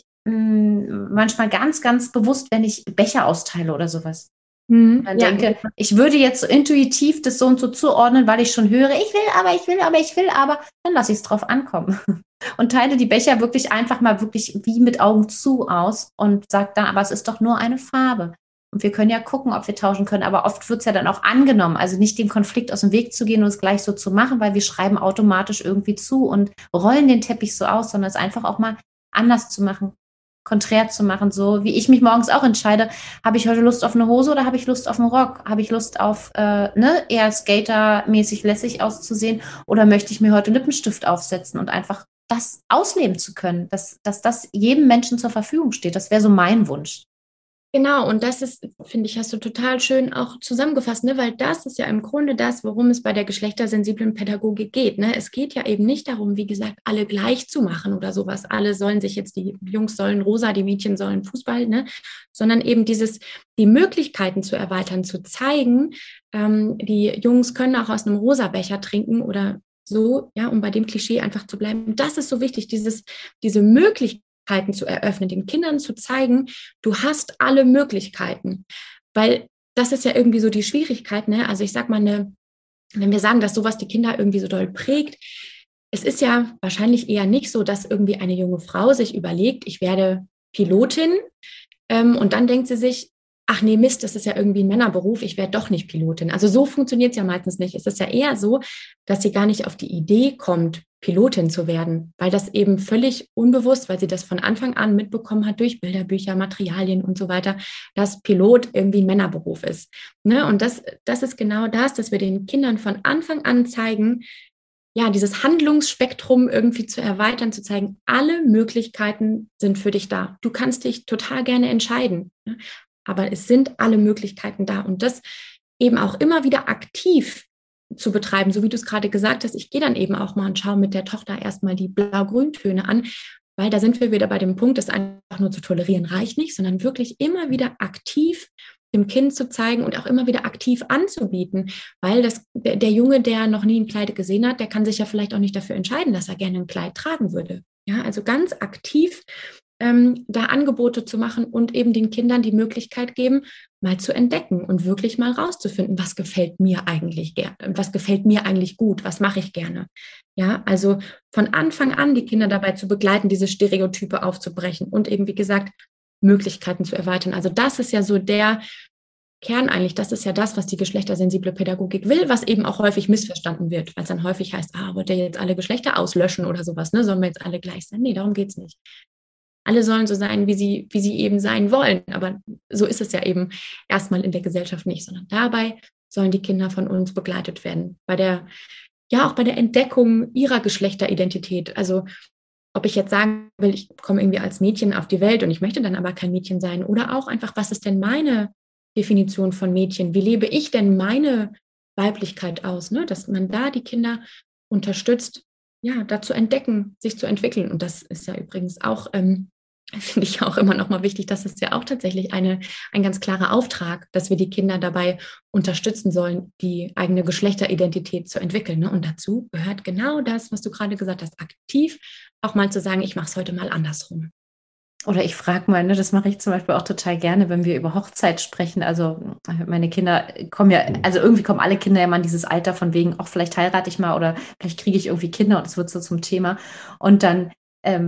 mh, manchmal ganz, ganz bewusst, wenn ich Becher austeile oder sowas. Und Mhm. dann Ja, denke, ich würde jetzt so intuitiv das so und so zuordnen, weil ich schon höre, ich will, aber ich will, aber ich will, aber dann lasse ich es drauf ankommen. Und teile die Becher wirklich einfach mal wirklich wie mit Augen zu aus und sage dann, aber es ist doch nur eine Farbe. Und wir können ja gucken, ob wir tauschen können. Aber oft wird es ja dann auch angenommen. Also nicht dem Konflikt aus dem Weg zu gehen und es gleich so zu machen, weil wir schreiben automatisch irgendwie zu und rollen den Teppich so aus, sondern es einfach auch mal anders zu machen, konträr zu machen. So wie ich mich morgens auch entscheide, habe ich heute Lust auf eine Hose oder habe ich Lust auf einen Rock? Habe ich Lust auf äh, ne, eher skatermäßig lässig auszusehen oder möchte ich mir heute Lippenstift aufsetzen und einfach das ausleben zu können, dass, dass das jedem Menschen zur Verfügung steht. Das wäre so mein Wunsch. genau, und das ist, finde ich, hast du total schön auch zusammengefasst, ne? Weil das ist ja im Grunde das, worum es bei der geschlechtersensiblen Pädagogik geht. Ne? Es geht ja eben nicht darum, wie gesagt, alle gleich zu machen oder sowas. Alle sollen sich jetzt, die Jungs sollen rosa, die Mädchen sollen Fußball, ne? Sondern eben dieses, die Möglichkeiten zu erweitern, zu zeigen, ähm, die Jungs können auch aus einem rosa Becher trinken oder so, ja, um bei dem Klischee einfach zu bleiben. Das ist so wichtig, dieses, diese Möglichkeiten zu eröffnen, den Kindern zu zeigen, du hast alle Möglichkeiten. Weil das ist ja irgendwie so die Schwierigkeit, ne? Also ich sag mal, eine, wenn wir sagen, dass sowas die Kinder irgendwie so doll prägt, es ist ja wahrscheinlich eher nicht so, dass irgendwie eine junge Frau sich überlegt, ich werde Pilotin, ähm, und dann denkt sie sich, ach nee, Mist, das ist ja irgendwie ein Männerberuf, ich werde doch nicht Pilotin. Also so funktioniert es ja meistens nicht. Es ist ja eher so, dass sie gar nicht auf die Idee kommt, Pilotin zu werden, weil das eben völlig unbewusst, weil sie das von Anfang an mitbekommen hat durch Bilderbücher, Materialien und so weiter, dass Pilot irgendwie ein Männerberuf ist. Ne? Und das, das ist genau das, dass wir den Kindern von Anfang an zeigen, ja, dieses Handlungsspektrum irgendwie zu erweitern, zu zeigen, alle Möglichkeiten sind für dich da. Du kannst dich total gerne entscheiden, ne? Aber es sind alle Möglichkeiten da und das eben auch immer wieder aktiv zu betreiben, so wie du es gerade gesagt hast. Ich gehe dann eben auch mal und schaue mit der Tochter erstmal die Blau-Grün-Töne an, weil da sind wir wieder bei dem Punkt, das einfach nur zu tolerieren reicht nicht, sondern wirklich immer wieder aktiv dem Kind zu zeigen und auch immer wieder aktiv anzubieten, weil das, der, der Junge, der noch nie ein Kleid gesehen hat, der kann sich ja vielleicht auch nicht dafür entscheiden, dass er gerne ein Kleid tragen würde. Ja, also ganz aktiv ähm, da Angebote zu machen und eben den Kindern die Möglichkeit geben, mal zu entdecken und wirklich mal rauszufinden, was gefällt mir eigentlich gerne, was gefällt mir eigentlich gut, was mache ich gerne. Ja, also von Anfang an die Kinder dabei zu begleiten, diese Stereotype aufzubrechen und eben, wie gesagt, Möglichkeiten zu erweitern. Also das ist ja so der Kern eigentlich, das ist ja das, was die geschlechtersensible Pädagogik will, was eben auch häufig missverstanden wird, weil es dann häufig heißt, ah, wollt ihr jetzt alle Geschlechter auslöschen oder sowas, ne? Sollen wir jetzt alle gleich sein? Nee, darum geht es nicht. Alle sollen so sein, wie sie, wie sie eben sein wollen. Aber so ist es ja eben erstmal in der Gesellschaft nicht, sondern dabei sollen die Kinder von uns begleitet werden. Bei der, ja, auch bei der Entdeckung ihrer Geschlechteridentität. Also ob ich jetzt sagen will, ich komme irgendwie als Mädchen auf die Welt und ich möchte dann aber kein Mädchen sein. Oder auch einfach, was ist denn meine Definition von Mädchen? Wie lebe ich denn meine Weiblichkeit aus? Ne? Dass man da die Kinder unterstützt, ja, da zu entdecken, sich zu entwickeln. Und das ist ja übrigens auch, ähm, finde ich auch immer noch mal wichtig, das ist ja auch tatsächlich eine, ein ganz klarer Auftrag, dass wir die Kinder dabei unterstützen sollen, die eigene Geschlechteridentität zu entwickeln. Ne? Und dazu gehört genau das, was du gerade gesagt hast, aktiv auch mal zu sagen, ich mache es heute mal andersrum. Oder ich frage mal, ne, das mache ich zum Beispiel auch total gerne, wenn wir über Hochzeit sprechen. Also meine Kinder kommen ja, also irgendwie kommen alle Kinder ja mal in dieses Alter von wegen, auch vielleicht heirate ich mal oder vielleicht kriege ich irgendwie Kinder und es wird so zum Thema. Und dann ähm,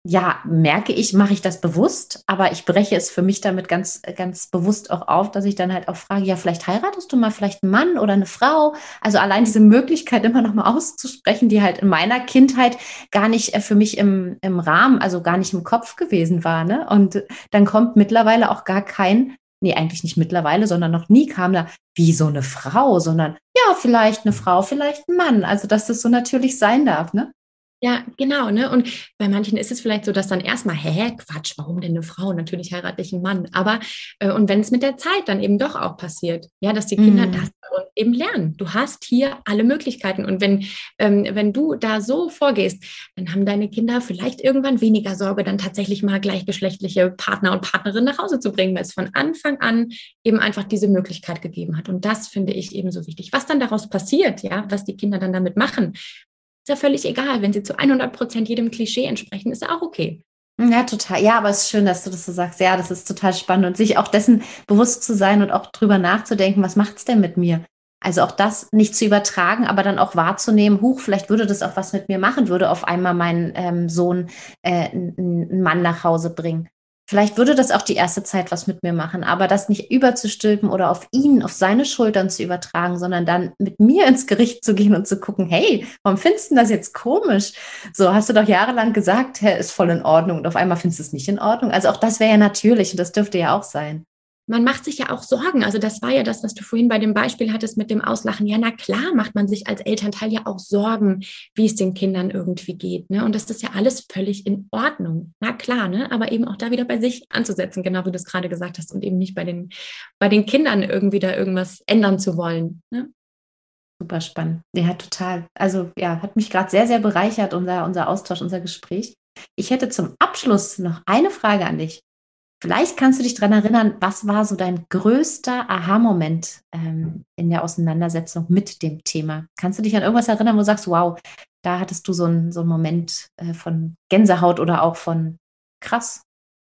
ja, merke ich, mache ich das bewusst, aber ich breche es für mich damit ganz, ganz bewusst auch auf, dass ich dann halt auch frage, ja, vielleicht heiratest du mal vielleicht einen Mann oder eine Frau. Also allein diese Möglichkeit immer noch mal auszusprechen, die halt in meiner Kindheit gar nicht äh, für mich im, im Rahmen, also gar nicht im Kopf gewesen war, ne? Und dann kommt mittlerweile auch gar kein, nee, eigentlich nicht mittlerweile, sondern noch nie kam da, wie so eine Frau, sondern ja, vielleicht eine Frau, vielleicht ein Mann. Also dass das so natürlich sein darf, ne? Ja, genau, ne? Und bei manchen ist es vielleicht so, dass dann erstmal, hä, Quatsch, warum denn eine Frau? Natürlich heirate ich einen Mann. Aber, äh, und wenn es mit der Zeit dann eben doch auch passiert, ja, dass die Kinder das Mm. bei uns eben lernen. Du hast hier alle Möglichkeiten. Und wenn, ähm, wenn du da so vorgehst, dann haben deine Kinder vielleicht irgendwann weniger Sorge, dann tatsächlich mal gleichgeschlechtliche Partner und Partnerinnen nach Hause zu bringen, weil es von Anfang an eben einfach diese Möglichkeit gegeben hat. Und das finde ich eben so wichtig. Was dann daraus passiert, ja, was die Kinder dann damit machen, ist ja völlig egal. Wenn sie zu hundert Prozent jedem Klischee entsprechen, ist ja auch okay. Ja, total. Ja, aber es ist schön, dass du das so sagst. Ja, das ist total spannend und sich auch dessen bewusst zu sein und auch drüber nachzudenken, was macht's denn mit mir? Also auch das nicht zu übertragen, aber dann auch wahrzunehmen, huch, vielleicht würde das auch was mit mir machen, würde auf einmal mein ähm, Sohn äh, einen Mann nach Hause bringen. Vielleicht würde das auch die erste Zeit was mit mir machen, aber das nicht überzustülpen oder auf ihn, auf seine Schultern zu übertragen, sondern dann mit mir ins Gericht zu gehen und zu gucken, hey, warum findest du das jetzt komisch? So, hast du doch jahrelang gesagt, hä, ist voll in Ordnung und auf einmal findest du es nicht in Ordnung. Also auch das wäre ja natürlich und das dürfte ja auch sein. Man macht sich ja auch Sorgen. Also das war ja das, was du vorhin bei dem Beispiel hattest mit dem Auslachen. Ja, na klar macht man sich als Elternteil ja auch Sorgen, wie es den Kindern irgendwie geht. Ne? Und das ist ja alles völlig in Ordnung. Na klar, ne? Aber eben auch da wieder bei sich anzusetzen, genau wie du es gerade gesagt hast, und eben nicht bei den, bei den Kindern irgendwie da irgendwas ändern zu wollen. Ne? Super spannend. Ja, total. Also ja, hat mich gerade sehr, sehr bereichert, unser, unser Austausch, unser Gespräch. Ich hätte zum Abschluss noch eine Frage an dich. Vielleicht kannst du dich daran erinnern, was war so dein größter Aha-Moment ähm, in der Auseinandersetzung mit dem Thema? Kannst du dich an irgendwas erinnern, wo du sagst, wow, da hattest du so einen so einen Moment äh, von Gänsehaut oder auch von krass,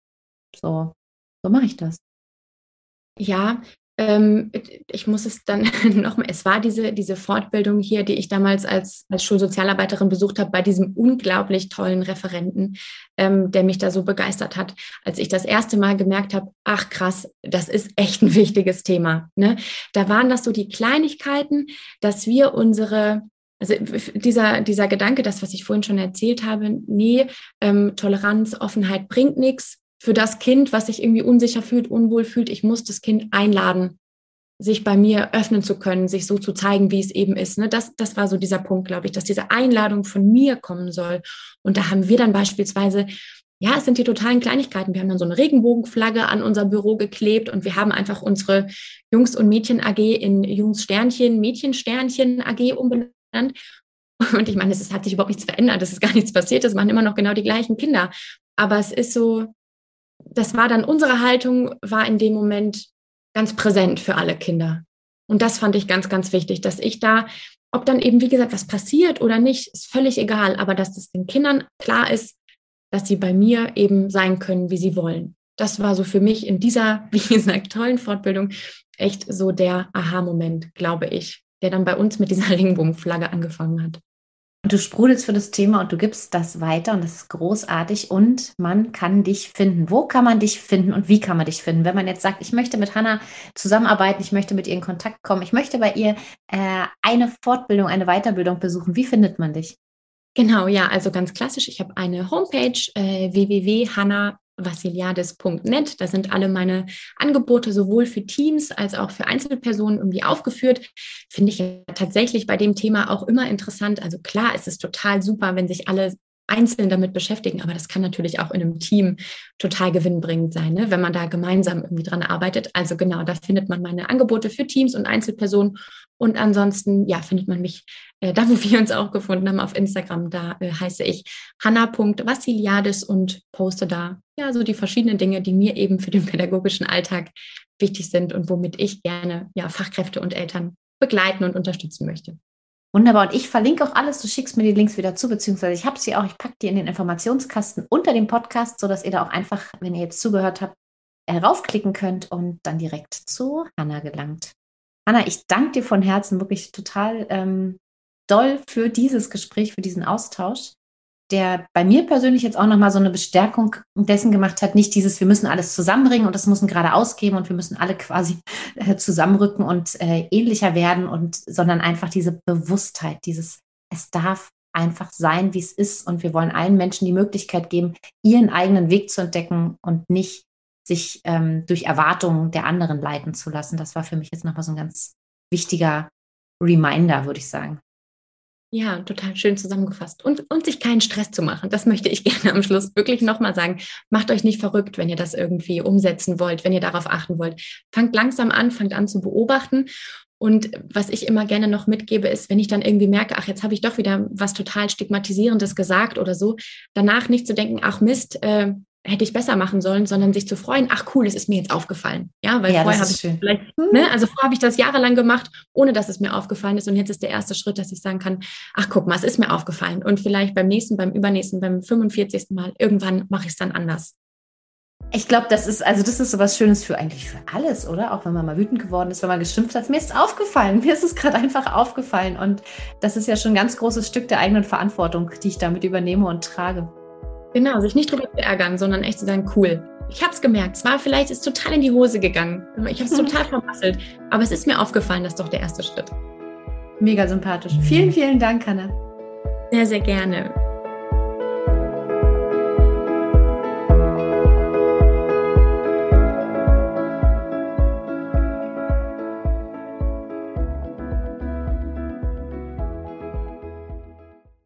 so, so mache ich das. Ja, ähm, ich muss es dann noch mal, es war diese, diese Fortbildung hier, die ich damals als, als Schulsozialarbeiterin besucht habe, bei diesem unglaublich tollen Referenten, ähm, der mich da so begeistert hat, als ich das erste Mal gemerkt habe, ach krass, das ist echt ein wichtiges Thema. Ne? Da waren das so die Kleinigkeiten, dass wir unsere also dieser, dieser Gedanke, das, was ich vorhin schon erzählt habe, nee, ähm, Toleranz, Offenheit bringt nichts. Für das Kind, was sich irgendwie unsicher fühlt, unwohl fühlt, ich muss das Kind einladen, sich bei mir öffnen zu können, sich so zu zeigen, wie es eben ist. Ne? Das, das war so dieser Punkt, glaube ich, dass diese Einladung von mir kommen soll. Und da haben wir dann beispielsweise, ja, es sind die totalen Kleinigkeiten. Wir haben dann so eine Regenbogenflagge an unser Büro geklebt und wir haben einfach unsere Jungs- und Mädchen-A G in Jungs-Sternchen, Mädchen-Sternchen-A G umbenannt. Und ich meine, es hat sich überhaupt nichts verändert, es ist gar nichts passiert, es waren immer noch genau die gleichen Kinder. Aber es ist so, das war dann unsere Haltung, war in dem Moment ganz präsent für alle Kinder. Und das fand ich ganz, ganz wichtig, dass ich da, ob dann eben, wie gesagt, was passiert oder nicht, ist völlig egal, aber dass das den Kindern klar ist, dass sie bei mir eben sein können, wie sie wollen. Das war so für mich in dieser, wie gesagt, tollen Fortbildung echt so der Aha-Moment, glaube ich, der dann bei uns mit dieser Regenbogenflagge angefangen hat. Und du sprudelst für das Thema und du gibst das weiter und das ist großartig und man kann dich finden. Wo kann man dich finden und wie kann man dich finden? Wenn man jetzt sagt, ich möchte mit Hannah zusammenarbeiten, ich möchte mit ihr in Kontakt kommen, ich möchte bei ihr äh, eine Fortbildung, eine Weiterbildung besuchen, wie findet man dich? Genau, ja, also ganz klassisch. Ich habe eine Homepage, äh, w w w punkt hanna vassiliadis punkt net. Da sind alle meine Angebote sowohl für Teams als auch für Einzelpersonen irgendwie aufgeführt. Finde ich ja tatsächlich bei dem Thema auch immer interessant. Also klar, es ist total super, wenn sich alle einzeln damit beschäftigen, aber das kann natürlich auch in einem Team total gewinnbringend sein, ne? Wenn man da gemeinsam irgendwie dran arbeitet. Also genau, da findet man meine Angebote für Teams und Einzelpersonen. Und ansonsten, ja, findet man mich äh, da, wo wir uns auch gefunden haben, auf Instagram. Da äh, heiße ich hanna punkt vassiliadis und poste da ja so die verschiedenen Dinge, die mir eben für den pädagogischen Alltag wichtig sind und womit ich gerne ja Fachkräfte und Eltern begleiten und unterstützen möchte. Wunderbar. Und ich verlinke auch alles. Du schickst mir die Links wieder zu, beziehungsweise ich habe sie auch. Ich packe die in den Informationskasten unter dem Podcast, sodass ihr da auch einfach, wenn ihr jetzt zugehört habt, raufklicken könnt und dann direkt zu Hannah gelangt. Hannah, ich danke dir von Herzen wirklich total ähm, doll für dieses Gespräch, für diesen Austausch. der bei mir persönlich jetzt auch nochmal so eine Bestärkung dessen gemacht hat, nicht dieses, wir müssen alles zusammenbringen und das müssen gerade ausgeben und wir müssen alle quasi äh, zusammenrücken und äh, ähnlicher werden, und sondern einfach diese Bewusstheit, dieses, es darf einfach sein, wie es ist, und wir wollen allen Menschen die Möglichkeit geben, ihren eigenen Weg zu entdecken und nicht sich ähm, durch Erwartungen der anderen leiten zu lassen. Das war für mich jetzt nochmal so ein ganz wichtiger Reminder, würde ich sagen. Ja, total schön zusammengefasst. Und, und sich keinen Stress zu machen. Das möchte ich gerne am Schluss wirklich nochmal sagen. Macht euch nicht verrückt, wenn ihr das irgendwie umsetzen wollt, wenn ihr darauf achten wollt. Fangt langsam an, fangt an zu beobachten. Und was ich immer gerne noch mitgebe, ist, wenn ich dann irgendwie merke, ach, jetzt habe ich doch wieder was total Stigmatisierendes gesagt oder so, danach nicht zu denken, ach Mist, äh, hätte ich besser machen sollen, sondern sich zu freuen, ach cool, es ist mir jetzt aufgefallen. Ja, weil ja, vorher habe ich schön. vielleicht, ne, also vorher habe ich das jahrelang gemacht, ohne dass es mir aufgefallen ist. Und jetzt ist der erste Schritt, dass ich sagen kann, ach guck mal, es ist mir aufgefallen. Und vielleicht beim nächsten, beim übernächsten, beim fünfundvierzigsten Mal, irgendwann mache ich es dann anders. Ich glaube, das ist, also das ist so was Schönes für eigentlich für alles, oder? Auch wenn man mal wütend geworden ist, wenn man geschimpft hat. Mir ist aufgefallen, mir ist es gerade einfach aufgefallen. Und das ist ja schon ein ganz großes Stück der eigenen Verantwortung, die ich damit übernehme und trage. Genau, sich nicht drüber zu ärgern, sondern echt zu sagen, cool, ich habe es gemerkt, es war vielleicht, ist total in die Hose gegangen, ich habe es total vermasselt, aber es ist mir aufgefallen, das ist doch der erste Schritt. Mega sympathisch. Vielen, vielen Dank, Hanna. Sehr, sehr gerne.